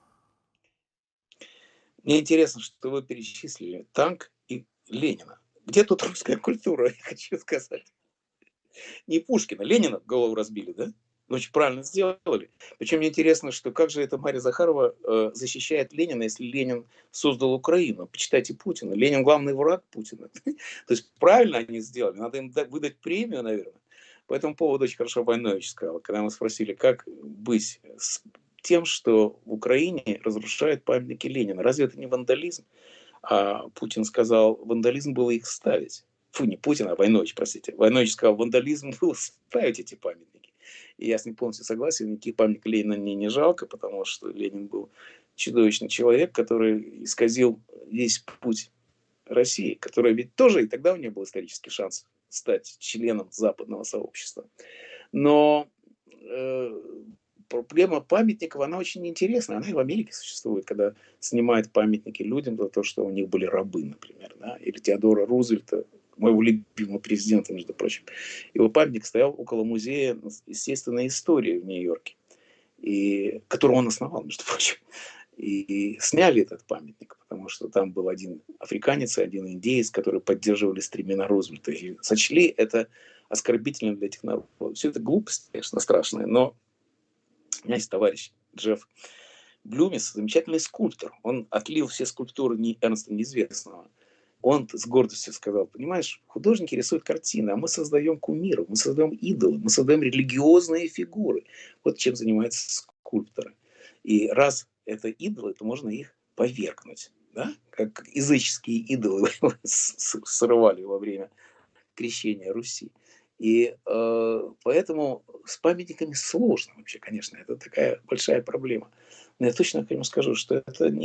Мне интересно, что вы перечислили танк и Ленина. Где тут русская культура, я хочу сказать. Не Пушкина, Ленина голову разбили, да? Очень правильно сделали. Причем мне интересно, что как же эта Мария Захарова защищает Ленина, если Ленин создал Украину. Почитайте Путина. Ленин главный враг Путина. То есть правильно они сделали. Надо им выдать премию, наверное. По этому поводу очень хорошо Войнович сказал, когда мы спросили, как быть с тем, что в Украине разрушают памятники Ленина. Разве это не вандализм? А Путин сказал, вандализм было их ставить. Фу, не Путин, а Войнович, простите. Войнович сказал, вандализм было ставить эти памятники. И я с ним полностью согласен, никаких памятников Ленина мне не жалко, потому что Ленин был чудовищный человек, который исказил весь путь России, которая ведь тоже и тогда у нее был исторический шанс стать членом западного сообщества. Но проблема памятников, она очень интересная. Она и в Америке существует, когда снимают памятники людям за то, что у них были рабы, например. Да? Или Теодора Рузвельта, моего любимого президента, между прочим. Его памятник стоял около музея естественной истории в Нью-Йорке, который он основал, между прочим. и сняли этот памятник, потому что там был один африканец и один индеец, которые поддерживали стремена Рузвельта, и сочли это оскорбительным для этих народов. Все это глупость, конечно, страшная, но у меня есть товарищ Джефф Блюмис, замечательный скульптор. Он отлил все скульптуры Эрнста Неизвестного. Он с гордостью сказал: понимаешь, художники рисуют картины, а мы создаем кумиров, мы создаем идолы, мы создаем религиозные фигуры. Вот чем занимаются скульпторы. И раз это идолы, то можно их повергнуть. Да? Как языческие идолы срывали во время крещения Руси. И поэтому с памятниками сложно вообще, конечно, это такая большая проблема. Но я точно ему скажу, что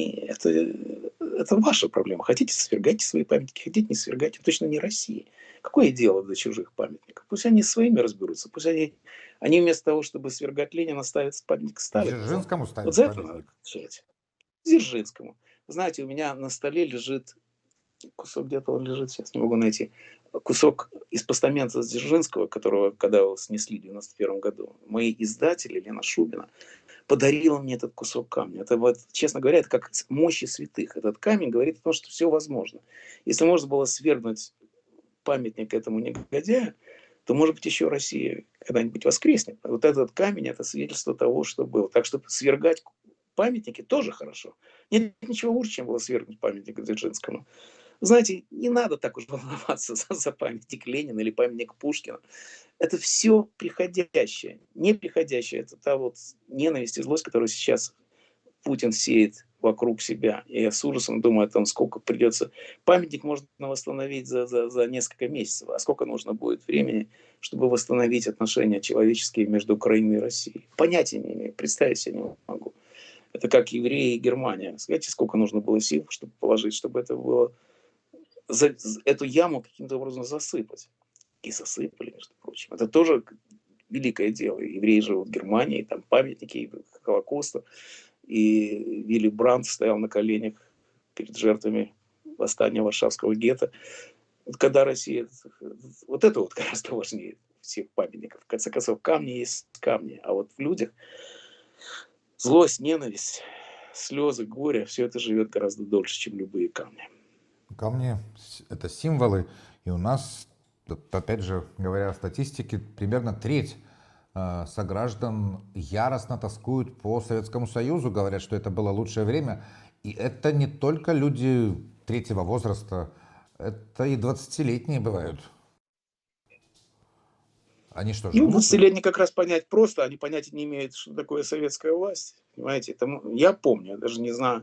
это ваша проблема. Хотите, свергайте свои памятники, хотите, не свергайте. Точно не России. Какое дело до чужих памятников? Пусть они своими разберутся. Пусть они вместо того, чтобы свергать Ленина, ставят памятник Сталину. Дзержинскому Вот ставить за это надо памятник. отвечать. Дзержинскому. Знаете, у меня на столе лежит кусок, где-то он лежит, сейчас не могу найти, кусок из постамента Дзержинского, которого, когда его снесли в 91 году, мои издатели, Лена Шубина, подарила мне этот кусок камня. Это вот, честно говоря, это как мощи святых. Этот камень говорит о том, что все возможно. Если можно было свергнуть памятник этому негодяю, то, может быть, еще Россия когда-нибудь воскреснет. Вот этот камень – это свидетельство того, что было. Так что свергать памятники тоже хорошо. Нет ничего лучше, чем было свергнуть памятник Дзержинскому. Знаете, не надо так уж волноваться за памятник Ленина или памятник Пушкина. Это все приходящее. Неприходящее – это та вот ненависть и злость, которую сейчас Путин сеет вокруг себя. И я с ужасом думаю о том, сколько придется. Памятник можно восстановить за несколько месяцев. А сколько нужно будет времени, чтобы восстановить отношения человеческие между Украиной и Россией? Понятия не имею, представить себе не могу. Это как евреи и Германия. Знаете, сколько нужно было сил, чтобы положить, чтобы это было эту яму каким-то образом засыпать. И засыпали, между прочим. Это тоже великое дело. Евреи живут в Германии, там памятники Холокоста. И Вилли Брандт стоял на коленях перед жертвами восстания Варшавского гетто. Вот когда Россия... Вот это вот гораздо важнее всех памятников. В конце концов, камни есть камни. А вот в людях злость, ненависть, слезы, горе, все это живет гораздо дольше, чем любые камни. Камни – это символы, и у нас, опять же, говоря о статистике, примерно треть сограждан яростно тоскуют по Советскому Союзу, говорят, что это было лучшее время. И это не только люди третьего возраста, это и 20-летние бывают. Они что же, Ну, глупые? 20-летний как раз понять просто, они понятия не имеют, что такое советская власть. Понимаете, я помню, я даже не знаю,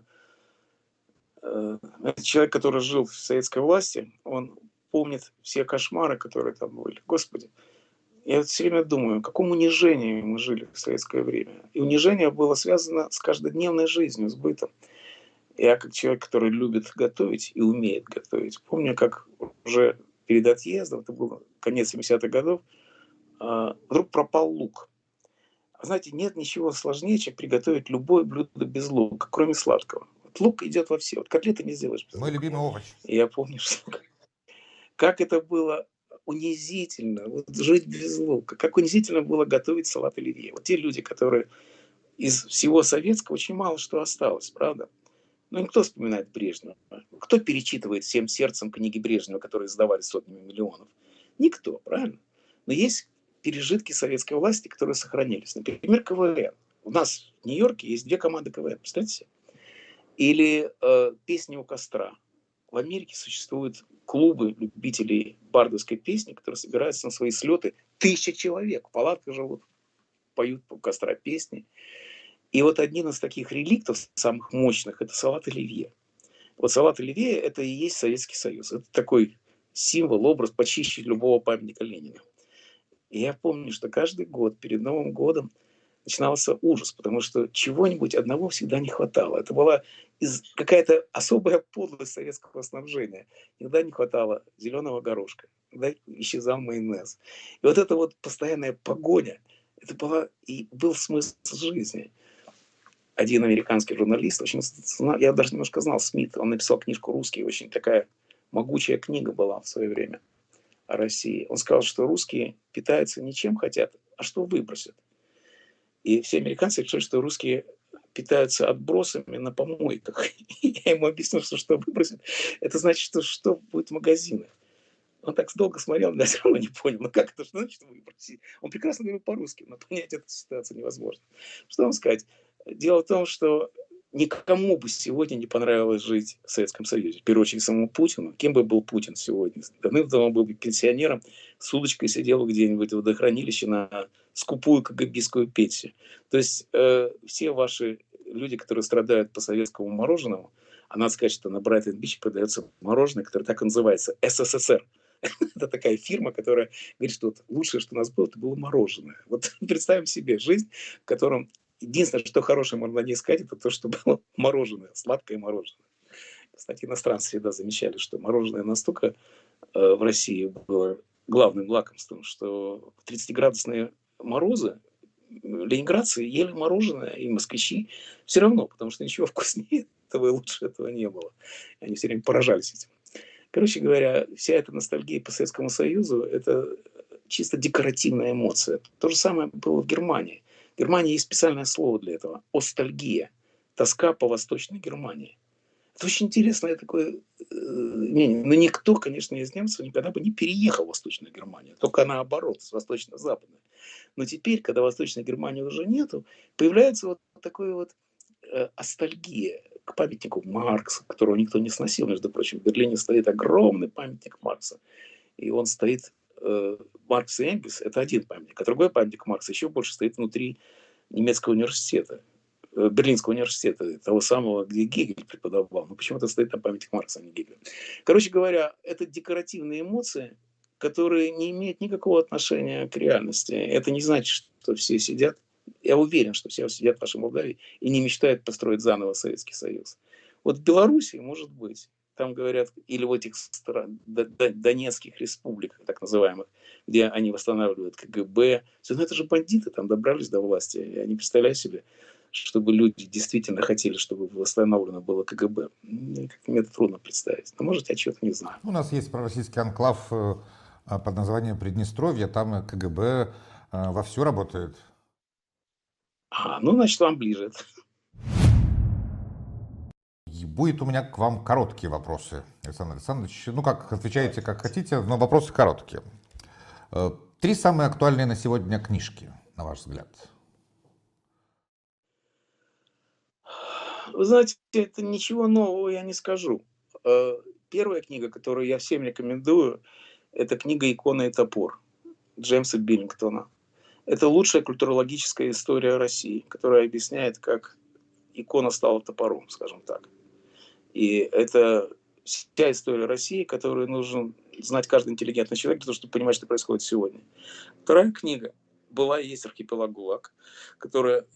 человек, который жил в советской власти, он помнит все кошмары, которые там были. Господи, я вот все время думаю, в каком унижении мы жили в советское время. И унижение было связано с каждодневной жизнью, с бытом. Я как человек, который любит готовить и умеет готовить, помню, как уже перед отъездом, это был конец 70-х годов, вдруг пропал лук. Знаете, нет ничего сложнее, чем приготовить любое блюдо без лука, кроме сладкого. Вот лук идет во все. Вот котлеты не сделаешь без Мой лука. любимый овощ. И я помню, что как это было унизительно, вот жить без лука. Как унизительно было готовить салат оливье. Вот те люди, которые из всего советского очень мало что осталось, правда? Ну, никто вспоминает Брежнева. Кто перечитывает всем сердцем книги Брежнева, которые издавали сотнями миллионов? Никто, правильно? Но есть пережитки советской власти, которые сохранились. Например, КВН. У нас в Нью-Йорке есть 2 команды КВН, представьте себе. Или «Песни у костра». В Америке существуют клубы любителей бардовской песни, которые собираются на свои слеты. 1000 человек в палатках живут, поют у костра песни. И вот один из таких реликтов, самых мощных, это салат оливье. Вот салат оливье – это и есть Советский Союз. Это такой символ, образ почище любого памятника Ленина. И я помню, что каждый год перед Новым годом начинался ужас, потому что чего-нибудь одного всегда не хватало. Это была какая-то особая подлость советского снабжения. Иногда не хватало зеленого горошка, иногда исчезал майонез. И вот эта вот постоянная погоня, это была и был смысл жизни. Один американский журналист, очень, я даже немножко знал Смит, он написал книжку «Русские», очень такая могучая книга была в свое время о России. Он сказал, что русские питаются не чем хотят, а что выбросят. И все американцы решили, что русские питаются отбросами на помойках. Я ему объяснил, что выбросить, это значит, что будет в магазинах. Он так долго смотрел, я все равно не понял, ну как это, что значит выбросить? Он прекрасно говорил по-русски, но понять эту ситуацию невозможно. Что вам сказать? Дело в том, что никому бы сегодня не понравилось жить в Советском Союзе. В первую очередь самому Путину. Кем бы был Путин сегодня? Давным-давно был бы пенсионером, с удочкой сидел где-нибудь в водохранилище на скупую КГБистскую пенсию. То есть все ваши люди, которые страдают по советскому мороженому, а надо сказать, что на Брайтон-Бич продается мороженое, которое так и называется СССР. Это такая фирма, которая говорит, что вот лучшее, что у нас было, это было мороженое. Вот представим себе жизнь, в котором единственное, что хорошее можно не искать, это то, что было мороженое, сладкое мороженое. Кстати, иностранцы всегда замечали, что мороженое настолько в России было главным лакомством, что в 30-градусные морозы ленинградцы ели мороженое, и москвичи все равно, потому что ничего вкуснее этого и лучше этого не было. Они все время поражались этим. Короче говоря, вся эта ностальгия по Советскому Союзу – это чисто декоративная эмоция. То же самое было в Германии. В Германии есть специальное слово для этого – остальгия, тоска по Восточной Германии. Это очень интересное такое мнение. Но никто, конечно, из немцев никогда бы не переехал в Восточную Германию, только наоборот, с восточно-западной. Но теперь, когда Восточной Германии уже нету, появляется вот такое вот ностальгия к памятнику Маркса, которого никто не сносил. Между прочим, в Берлине стоит огромный памятник Маркса. И он стоит, Маркс и Энгельс, это один памятник. А другой памятник Маркса еще больше стоит внутри немецкого университета, Берлинского университета, того самого, где Гегель преподавал. Но почему-то стоит там памятник Маркса, а не Гегеля. Короче говоря, это декоративные эмоции, которые не имеют никакого отношения к реальности. Это не значит, что все сидят. Я уверен, что все сидят в вашей Молдавии и не мечтают построить заново Советский Союз. Вот в Белоруссии, может быть, там говорят, или в этих донецких республиках, так называемых, где они восстанавливают КГБ. Но это же бандиты там добрались до власти. Я не представляю себе, чтобы люди действительно хотели, чтобы восстановлено было КГБ. Мне это трудно представить. Но, может, я чего-то не знаю. У нас есть пророссийский анклав под названием Приднестровье, там КГБ вовсю работает. Ну, значит, вам ближе. Будет у меня к вам короткие вопросы, Александр Александрович. Ну, как отвечаете, как хотите, но вопросы короткие. 3 самые актуальные на сегодня книжки, на ваш взгляд. Вы знаете, это ничего нового я не скажу. Первая книга, которую я всем рекомендую, это книга «Икона и топор» Джеймса Биллингтона. Это лучшая культурологическая история России, которая объясняет, как икона стала топором, скажем так. И это вся история России, которую нужно знать каждый интеллигентный человек, для того, чтобы понимать, что происходит сегодня. Вторая книга была и есть «Архипелаг ГУЛАГ», которая,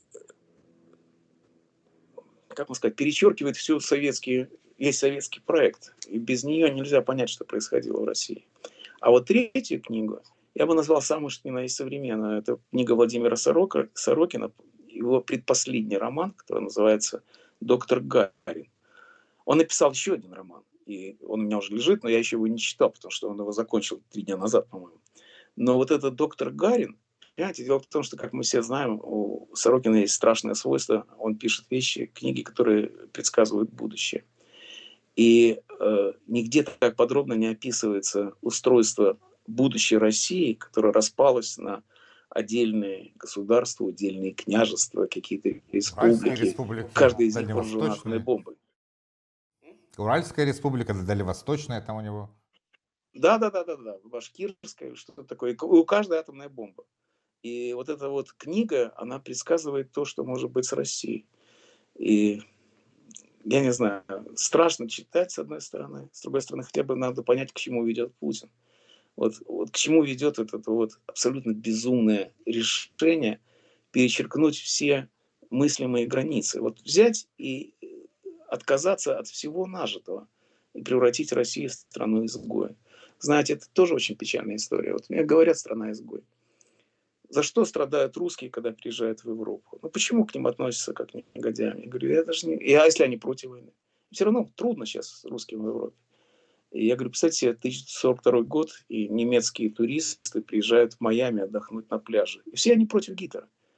как можно сказать, перечеркивает весь советский проект. И без нее нельзя понять, что происходило в России. А вот третью книгу я бы назвал самой, что ни на есть современную. Это книга Владимира Сорокина, его предпоследний роман, который называется «Доктор Гарин». Он написал еще один роман, и он у меня уже лежит, но я еще его не читал, потому что он его закончил 3 дня назад, по-моему. Но вот этот доктор Гарин, понимаете, дело в том, что, как мы все знаем, у Сорокина есть страшное свойство, он пишет книги, которые предсказывают будущее. И нигде так подробно не описывается устройство будущей России, которое распалось на отдельные государства, отдельные княжества, какие-то республики. Каждая из них вооружена атомной бомбой. Уральская республика, Дальневосточная там у него. Да, башкирская, что-то такое. У каждой атомная бомба. И вот эта вот книга, она предсказывает то, что может быть с Россией. И я не знаю, страшно читать, с одной стороны. С другой стороны, хотя бы надо понять, к чему ведет Путин. Вот к чему ведет это вот абсолютно безумное решение перечеркнуть все мыслимые границы. Вот взять и отказаться от всего нажитого и превратить Россию в страну-изгоя. Знаете, это тоже очень печальная история. Вот мне говорят, страна-изгой. За что страдают русские, когда приезжают в Европу? Ну почему к ним относятся как к негодяям? Я говорю, я даже не... А если они против войны? Все равно трудно сейчас русским в Европе. И я говорю, представьте себе, 1942 год, и немецкие туристы приезжают в Майами отдохнуть на пляже. И все они против Гитлера.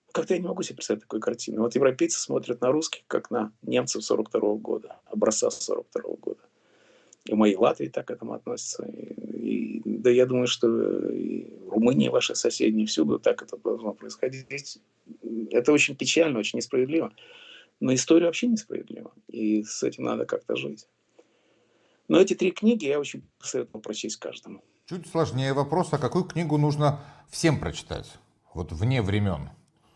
Как-то я не могу себе представить такой картины. Вот европейцы смотрят на русских, как на немцев 42 года, образца 42 года. И мои Латвии так к этому относятся. Да я думаю, что и в Румынии, ваши соседние, всюду так это должно происходить. Это очень печально, очень несправедливо. Но история вообще несправедлива. И с этим надо как-то жить. Но эти 3 книги я очень посоветовал прочесть каждому. Чуть сложнее вопрос, а какую книгу нужно всем прочитать? Вот вне времен.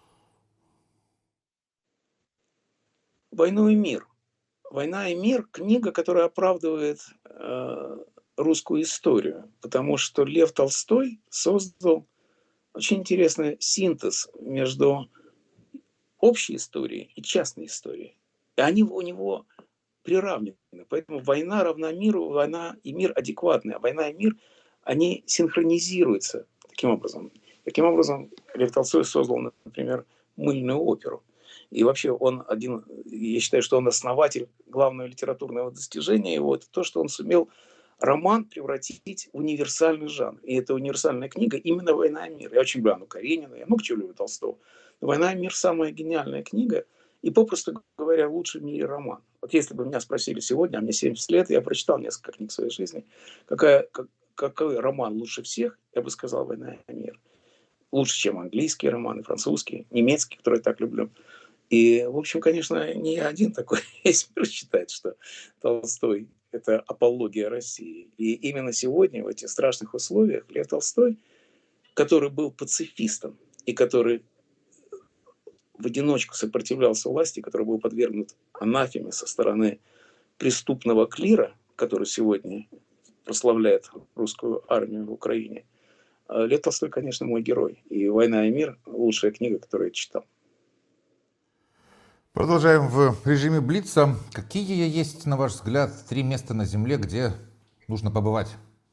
«Войну и мир». «Война и мир» – книга, которая оправдывает русскую историю, потому что Лев Толстой создал очень интересный синтез между общей историей и частной историей. И они у него приравнены. Поэтому война равна миру, война и мир адекватны. А война и мир, они синхронизируются таким образом. Таким образом, Лев Толстой создал, например, мыльную оперу. И вообще он один, я считаю, что он основатель главного литературного достижения его, это то, что он сумел роман превратить в универсальный жанр. И эта универсальная книга именно «Война и мир». Я очень люблю Анну Каренину, я много чего люблю Толстого. Но «Война и мир» – самая гениальная книга, и, попросту говоря, лучший в мире роман. Вот если бы меня спросили сегодня, а мне 70 лет, я прочитал несколько книг в своей жизни, какой роман лучше всех, я бы сказал «Война и мир». Лучше, чем английские романы, французские, немецкие, которые я так люблю. И, в общем, конечно, не я один такой. Весь мир считает, что Толстой – это апология России. И именно сегодня, в этих страшных условиях, Лев Толстой, который был пацифистом и который в одиночку сопротивлялся власти, который был подвергнут анафеме со стороны преступного клира, который сегодня прославляет русскую армию в Украине. Лев Толстой, конечно, мой герой. И «Война и мир» – лучшая книга, которую я читал. Продолжаем в режиме Блица. Какие есть, на ваш взгляд, 3 места на Земле, где нужно побывать?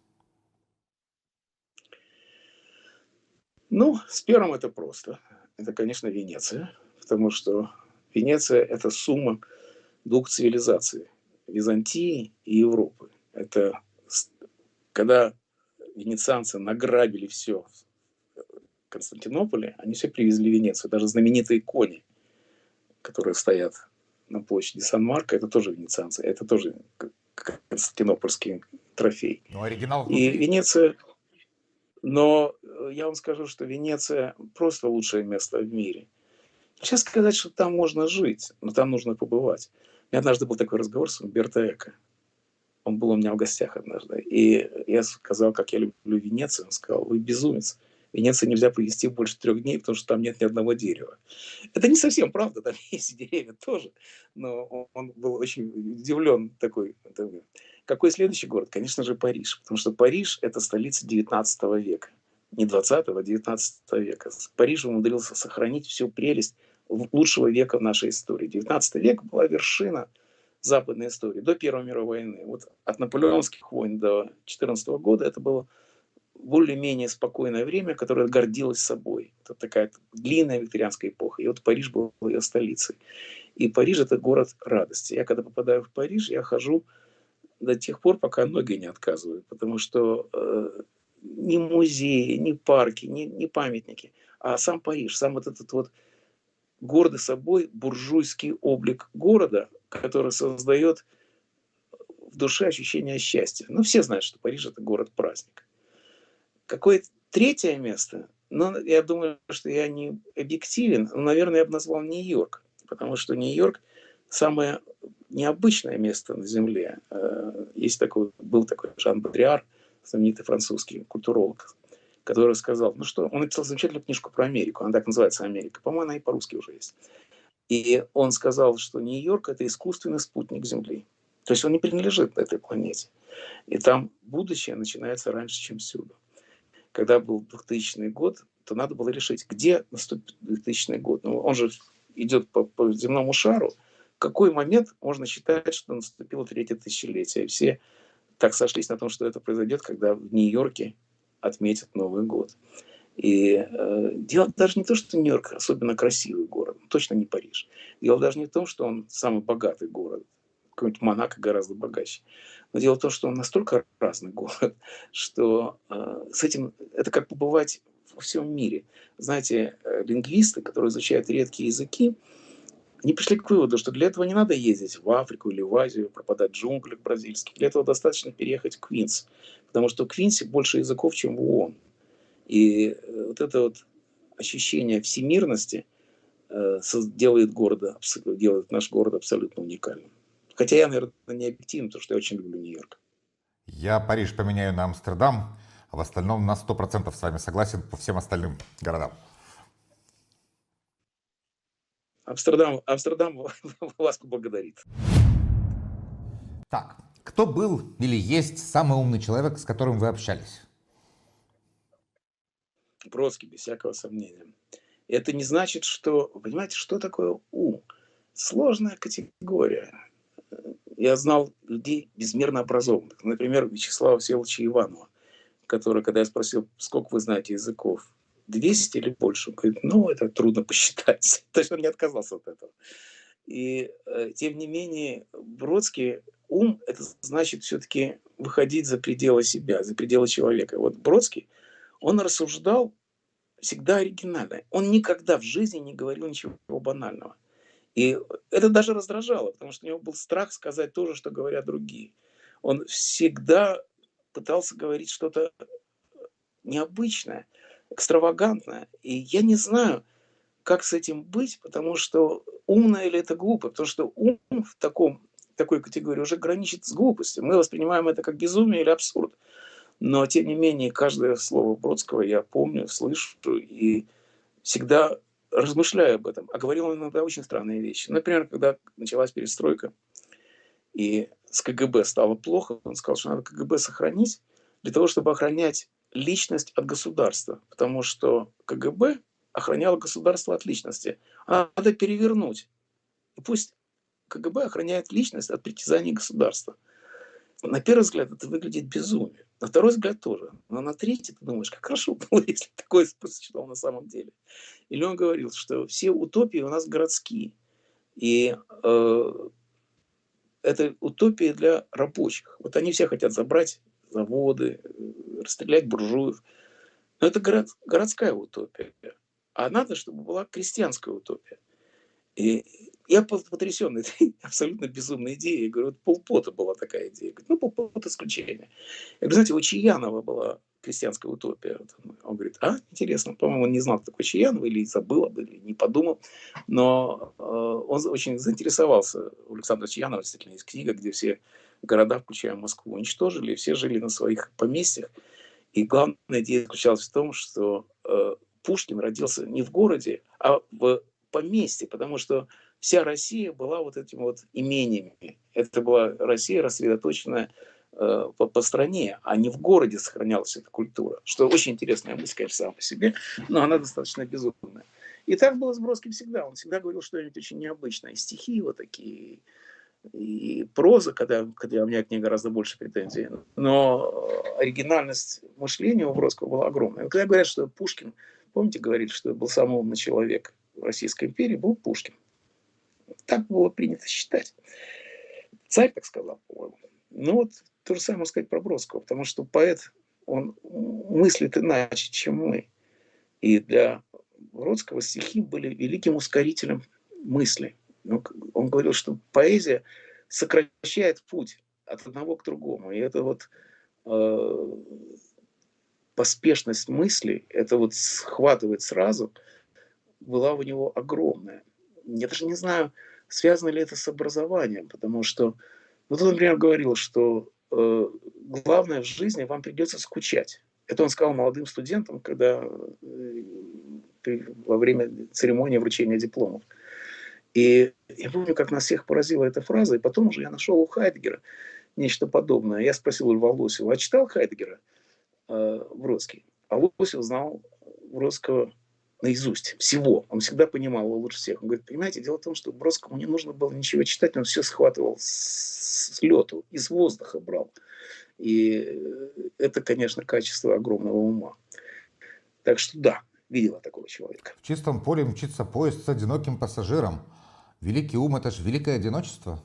Ну, с первым это просто. Это, конечно, Венеция, потому что Венеция – это сумма 2 цивилизаций – Византии и Европы. Это когда венецианцы награбили все в Константинополе, они все привезли в Венецию. Даже знаменитые кони, которые стоят на площади Сан-Марко, это тоже венецианцы, это тоже константинопольский трофей. Ну, оригинал И внутри. Венеция, но я вам скажу, что Венеция просто лучшее место в мире. Сейчас сказать, что там можно жить, но там нужно побывать. У меня однажды был такой разговор с Умберто Эко. Он был у меня в гостях однажды. И я сказал, как я люблю Венецию. Он сказал: вы безумец. В Венеции нельзя провести больше 3 дней, потому что там нет ни одного дерева. Это не совсем правда, там есть деревья тоже. Но он был очень удивлен такой. Какой следующий город? Конечно же, Париж. Потому что Париж – это столица 19 века. Не 20-го, а 19 века. Париж умудрился сохранить всю прелесть лучшего века в нашей истории. 19 век была вершина западной истории до Первой мировой войны. Вот от наполеонских войн до 14 года это было более-менее спокойное время, которое гордилось собой. Это такая длинная викторианская эпоха. И вот Париж был ее столицей. И Париж – это город радости. Я когда попадаю в Париж, я хожу до тех пор, пока ноги не отказывают. Потому что ни музеи, ни парки, ни памятники, а сам Париж, сам вот этот вот гордый собой буржуйский облик города, который создает в душе ощущение счастья. Ну, все знают, что Париж – это город-праздник. Какое третье место? Ну, я думаю, что я не объективен, но, наверное, я бы назвал Нью-Йорк, потому что Нью-Йорк – самое необычное место на Земле. Был такой Жан Бодриар, знаменитый французский культуролог, который сказал, ну что, он написал замечательную книжку про Америку, она так называется «Америка», по-моему, она и по-русски уже есть. И он сказал, что Нью-Йорк – это искусственный спутник Земли. То есть он не принадлежит этой планете. И там будущее начинается раньше, чем всюду. Когда был 2000 год, то надо было решить, где наступит 2000 год. Ну, он же идет по земному шару. В какой момент можно считать, что наступило 3-е тысячелетие? Все так сошлись на том, что это произойдет, когда в Нью-Йорке отметят Новый год. И дело даже не то, что Нью-Йорк особенно красивый город, точно не Париж. Дело даже не в том, что он самый богатый город. Какой-нибудь Монако гораздо богаче. Но дело в том, что он настолько разный город, что с этим это как побывать во всем мире. Знаете, лингвисты, которые изучают редкие языки, они пришли к выводу, что для этого не надо ездить в Африку или в Азию, пропадать в джунглях бразильских. Для этого достаточно переехать в Квинс, потому что в Квинсе больше языков, чем в ООН. И вот это вот ощущение всемирности делает наш город абсолютно уникальным. Хотя я, наверное, не объективен, потому что я очень люблю Нью-Йорк. Я Париж поменяю на Амстердам, а в остальном на 100% с вами согласен по всем остальным городам. Амстердам вас поблагодарит. Так, кто был или есть самый умный человек, с которым вы общались? Бродский, без всякого сомнения. Это не значит, что... Вы понимаете, что такое ум? Сложная категория. Я знал людей безмерно образованных. Например, Вячеслава Всеволодовича Иванова, который, когда я спросил, сколько вы знаете языков, 200 или больше? Он говорит, ну, это трудно посчитать. То есть он не отказался от этого. И тем не менее, Бродский, ум, это значит все-таки выходить за пределы себя, за пределы человека. Вот Бродский, он рассуждал всегда оригинально. Он никогда в жизни не говорил ничего банального. И это даже раздражало, потому что у него был страх сказать то же, что говорят другие. Он всегда пытался говорить что-то необычное, экстравагантное. И я не знаю, как с этим быть, потому что умно или это глупо, потому что ум такой категории уже граничит с глупостью. Мы воспринимаем это как безумие или абсурд. Но, тем не менее, каждое слово Бродского я помню, слышу и всегда размышляю об этом. А говорил он иногда очень странные вещи. Например, когда началась перестройка и с КГБ стало плохо, он сказал, что надо КГБ сохранить для того, чтобы охранять личность от государства. Потому что КГБ охраняло государство от личности. А надо перевернуть. И пусть КГБ охраняет личность от притязаний государства. На первый взгляд это выглядит безумием. На второй взгляд тоже. Но на третий ты думаешь, как хорошо было, если такое существовало на самом деле. Или он говорил, что все утопии у нас городские. И это утопия для рабочих. Вот они все хотят забрать заводы, расстрелять буржуев. Но это городская утопия. А надо, чтобы была крестьянская утопия. И я потрясен этой абсолютно безумной идеей. Я говорю, вот Пол Пота была такая идея. Я говорю, ну, Пол Пот исключение. Я говорю, знаете, у Чаянова была крестьянская утопия. Вот он говорит, интересно, по-моему, он не знал, кто такой Чаянов, или забыл, или не подумал. Но он очень заинтересовался. У Александра Чаянова действительно есть книга, где все города, включая Москву, уничтожили, все жили на своих поместьях. И главная идея заключалась в том, что Пушкин родился не в городе, а в поместье, потому что вся Россия была вот этими вот имениями. Это была Россия, рассредоточенная по стране, а не в городе сохранялась эта культура. Что очень интересная мысль, конечно, сама по себе, но она достаточно безумная. И так было с Бродским всегда. Он всегда говорил что-нибудь очень необычное. И стихи его такие, и проза, когда у меня к ней гораздо больше претензий. Но оригинальность мышления у Бродского была огромная. Когда говорят, что Пушкин, помните, говорит, что был самый умный человек в Российской империи, был Пушкин. Так было принято считать. Царь так сказал, по-моему. Ну вот то же самое можно сказать про Бродского, потому что поэт, он мыслит иначе, чем мы. И для Бродского стихи были великим ускорителем мысли. Он говорил, что поэзия сокращает путь от одного к другому. И это вот поспешность мысли, это вот схватывать сразу, была у него огромная. Я даже не знаю, связано ли это с образованием, потому что, вот он, например, говорил, что главное в жизни вам придется скучать. Это он сказал молодым студентам, когда во время церемонии вручения дипломов. И я помню, как нас всех поразила эта фраза, и потом уже я нашел у Хайдеггера нечто подобное. Я спросил у Льва Лосева, а читал Хайдеггера Бродский? А Лосев знал Бродского наизусть, всего. Он всегда понимал его лучше всех. Он говорит, понимаете, дело в том, что Бродскому не нужно было ничего читать, он все схватывал с лету, из воздуха брал. И это, конечно, качество огромного ума. Так что да, видела такого человека. В чистом поле мчится поезд с одиноким пассажиром. Великий ум — это же великое одиночество.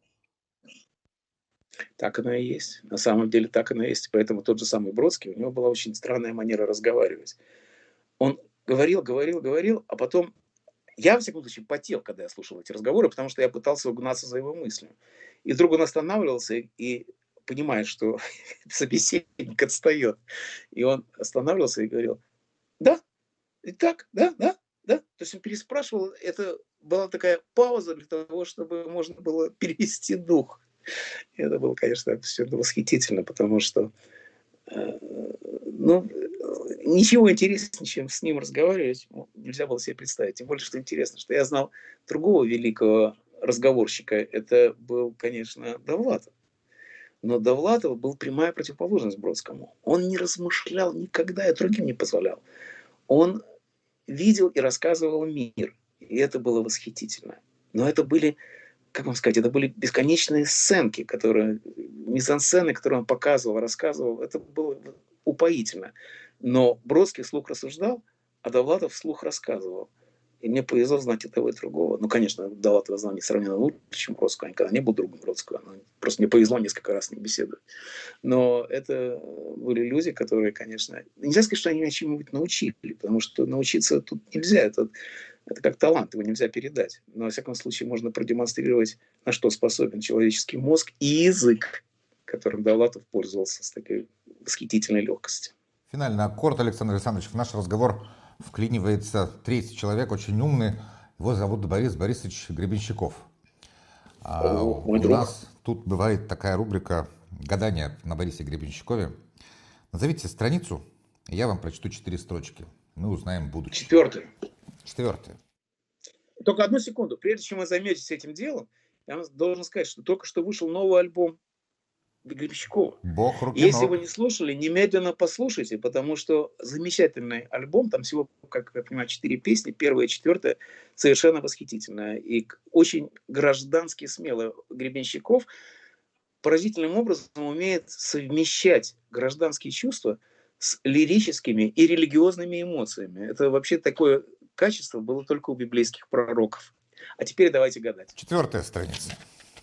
Так оно и есть. На самом деле так оно и есть. Поэтому тот же самый Бродский, у него была очень странная манера разговаривать. Он говорил, а потом я, во всяком случае, потел, когда я слушал эти разговоры, потому что я пытался угнаться за его мыслью. И вдруг он останавливался и понимает, что собеседник отстает. И он останавливался и говорил: "Да, и так, да, да, да". То есть он переспрашивал. Это была такая пауза для того, чтобы можно было перевести дух. И это было, конечно, абсолютно восхитительно, потому что, э, ну, ничего интереснее, чем с ним разговаривать, нельзя было себе представить. Тем более, что интересно, что я знал другого великого разговорщика. Это был, конечно, Довлатов. Но Довлатов был прямая противоположность Бродскому. Он не размышлял никогда и другим не позволял. Он видел и рассказывал мир. И это было восхитительно. Но это были, как вам сказать, это были бесконечные сценки, которые, мизансцены, которые он показывал, рассказывал. Это было упоительно. Но Бродский вслух рассуждал, а Довлатов вслух рассказывал. И мне повезло знать и того, и другого. Ну, конечно, Довлатова знал несравненно лучше, чем Бродского. Я никогда не был другом Бродского. Просто мне повезло несколько раз с ним беседовать. Но это были люди, которые, конечно... Нельзя сказать, что они меня чему-нибудь научили, потому что научиться тут нельзя. Это как талант, его нельзя передать. Но, во всяком случае, можно продемонстрировать, на что способен человеческий мозг и язык, которым Довлатов пользовался с такой восхитительной легкостью. Финальный аккорд, Александр Александрович. В наш разговор вклинивается третий человек, очень умный. Его зовут Борис Борисович Гребенщиков. Мой У друг. нас тут бывает такая рубрика «Гадание на Борисе Гребенщикове». Назовите страницу, и я вам прочту 4 строчки. Мы узнаем будущее. 4. 4. Только одну секунду. Прежде чем вы займетесь этим делом, я вам должен сказать, что только что вышел новый альбом Гребенщикова. Бог руки Если ног. вы не слушали, немедленно послушайте, потому что замечательный альбом, там всего, как я понимаю, 4 песни, первая и 4 совершенно восхитительная. И очень граждански смело Гребенщиков поразительным образом умеет совмещать гражданские чувства с лирическими и религиозными эмоциями. Это вообще такое качество было только у библейских пророков. А теперь давайте гадать. 4 страница.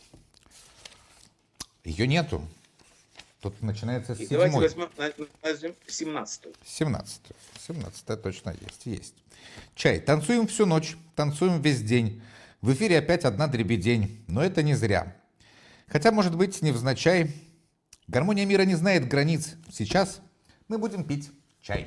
Ее нету. Тут начинается с 7. Давайте возьмем 17-ю. 17. 17 точно есть. Есть. Чай. Танцуем всю ночь, танцуем весь день. В эфире опять одна дребедень. Но это не зря. Хотя, может быть, невзначай. Гармония мира не знает границ. Сейчас мы будем пить чай.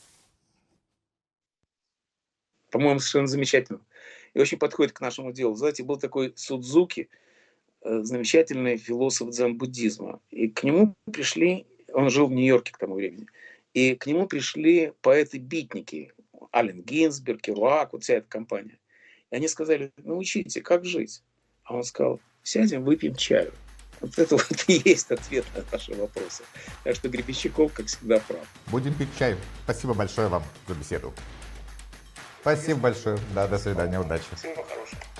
По-моему, совершенно замечательно. И очень подходит к нашему делу. Знаете, был такой Судзуки, замечательный философ дзен-буддизма. И к нему пришли, он жил в Нью-Йорке к тому времени, и к нему пришли поэты-битники, Аллен Гинзберг, Керуак, вот вся эта компания. И они сказали: научите, как жить. А он сказал: сядем, выпьем чаю. Вот это вот и есть ответ на наши вопросы. Так что Гребенщиков, как всегда, прав. Будем пить чай. Спасибо большое вам за беседу. Спасибо большое. Да, до свидания, удачи. Всего хорошего.